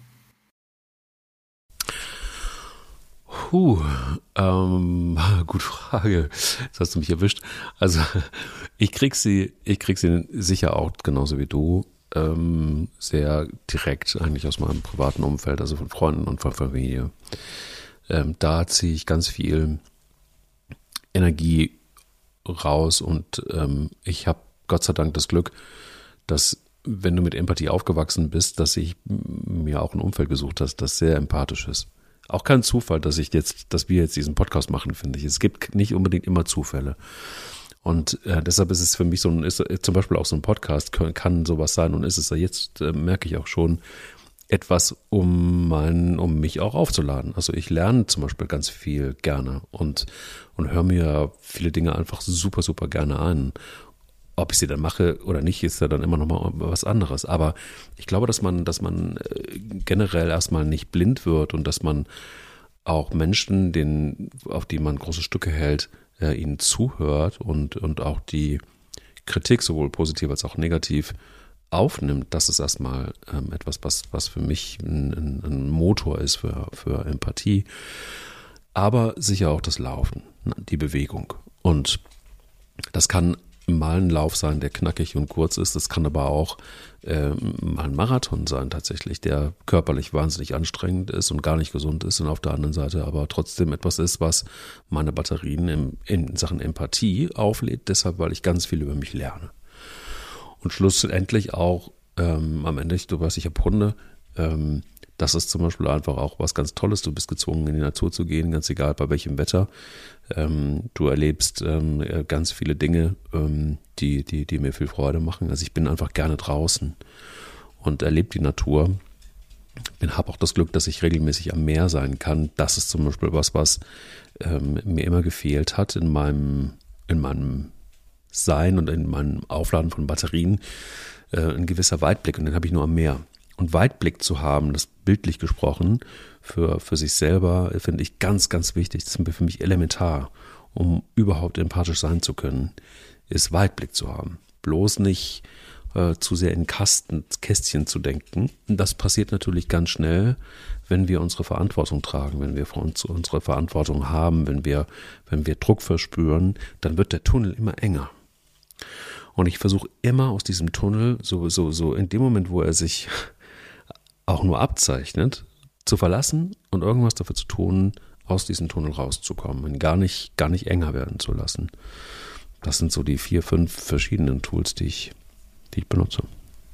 Gute Frage. Das hast du mich erwischt. Also ich krieg sie sicher auch genauso wie du. Sehr direkt eigentlich aus meinem privaten Umfeld, also von Freunden und von Familie. Da ziehe ich ganz viel Energie raus und ich habe Gott sei Dank das Glück, dass wenn du mit Empathie aufgewachsen bist, dass ich mir auch ein Umfeld gesucht habe, das sehr empathisch ist. Auch kein Zufall, dass wir jetzt diesen Podcast machen, finde ich. Es gibt nicht unbedingt immer Zufälle. Und deshalb ist es für mich zum Beispiel auch so ein Podcast kann sowas sein und ist es ja jetzt, merke ich auch schon, etwas, um mich auch aufzuladen. Also ich lerne zum Beispiel ganz viel gerne und höre mir viele Dinge einfach super, super gerne an. Ob ich sie dann mache oder nicht, ist ja dann immer noch mal was anderes. Aber ich glaube, dass man generell erstmal nicht blind wird und dass man auch Menschen, auf die man große Stücke hält, ihnen zuhört und auch die Kritik sowohl positiv als auch negativ aufnimmt. Das ist erstmal etwas, was für mich ein Motor ist für Empathie. Aber sicher auch das Laufen, die Bewegung. Und das kann mal ein Lauf sein, der knackig und kurz ist. Das kann aber auch mal ein Marathon sein tatsächlich, der körperlich wahnsinnig anstrengend ist und gar nicht gesund ist und auf der anderen Seite aber trotzdem etwas ist, was meine Batterien in Sachen Empathie auflädt, deshalb, weil ich ganz viel über mich lerne. Und schlussendlich auch am Ende, du weißt, ich habe Hunde, Das ist zum Beispiel einfach auch was ganz Tolles. Du bist gezwungen, in die Natur zu gehen, ganz egal bei welchem Wetter. Du erlebst ganz viele Dinge, die mir viel Freude machen. Also ich bin einfach gerne draußen und erlebe die Natur. Ich habe auch das Glück, dass ich regelmäßig am Meer sein kann. Das ist zum Beispiel was mir immer gefehlt hat in meinem Sein und in meinem Aufladen von Batterien. Ein gewisser Weitblick, und den habe ich nur am Meer. Und Weitblick zu haben, das bildlich gesprochen, für sich selber, finde ich ganz, ganz wichtig. Das ist für mich elementar, um überhaupt empathisch sein zu können, ist Weitblick zu haben. Bloß nicht zu sehr in Kästchen zu denken. Das passiert natürlich ganz schnell, wenn wir unsere Verantwortung tragen, wenn wir für uns unsere Verantwortung haben, wenn wir Druck verspüren, dann wird der Tunnel immer enger. Und ich versuche immer aus diesem Tunnel, so in dem Moment, wo er sich auch nur abzeichnet, zu verlassen und irgendwas dafür zu tun, aus diesem Tunnel rauszukommen und gar nicht enger werden zu lassen. Das sind so die 4, 5 verschiedenen Tools, die ich benutze.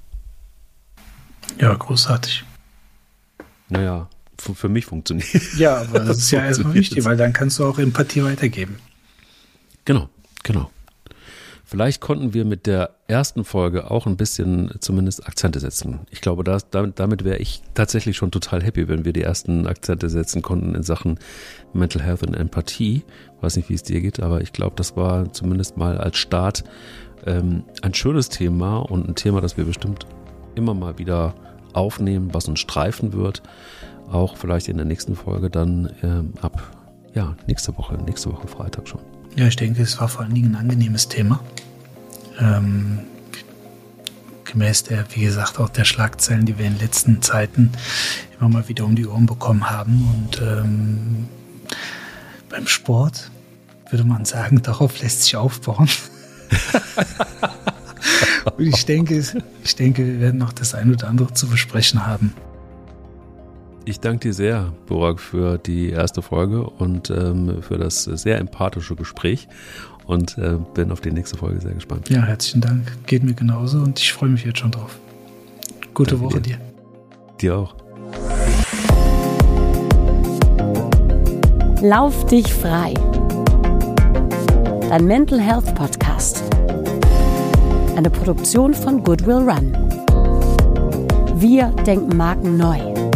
Ja, großartig. Naja, für mich funktioniert. Ja, aber das ist ja erstmal wichtig, weil dann kannst du auch Empathie weitergeben. Genau. Vielleicht konnten wir mit der ersten Folge auch ein bisschen zumindest Akzente setzen. Ich glaube, damit wäre ich tatsächlich schon total happy, wenn wir die ersten Akzente setzen konnten in Sachen Mental Health und Empathie. Weiß nicht, wie es dir geht, aber ich glaube, das war zumindest mal als Start ein schönes Thema und ein Thema, das wir bestimmt immer mal wieder aufnehmen, was uns streifen wird. Auch vielleicht in der nächsten Folge dann nächste Woche Freitag schon. Ja, ich denke, es war vor allen Dingen ein angenehmes Thema. Gemäß wie gesagt, auch der Schlagzeilen, die wir in den letzten Zeiten immer mal wieder um die Ohren bekommen haben. Und beim Sport würde man sagen, darauf lässt sich aufbauen. Und ich denke, wir werden noch das ein oder andere zu besprechen haben. Ich danke dir sehr, Burak, für die erste Folge und für das sehr empathische Gespräch und bin auf die nächste Folge sehr gespannt. Ja, herzlichen Dank. Geht mir genauso und ich freue mich jetzt schon drauf. Gute Woche dir. Dir auch. Lauf dich frei. Dein Mental Health Podcast. Eine Produktion von Goodwill Run. Wir denken Marken neu.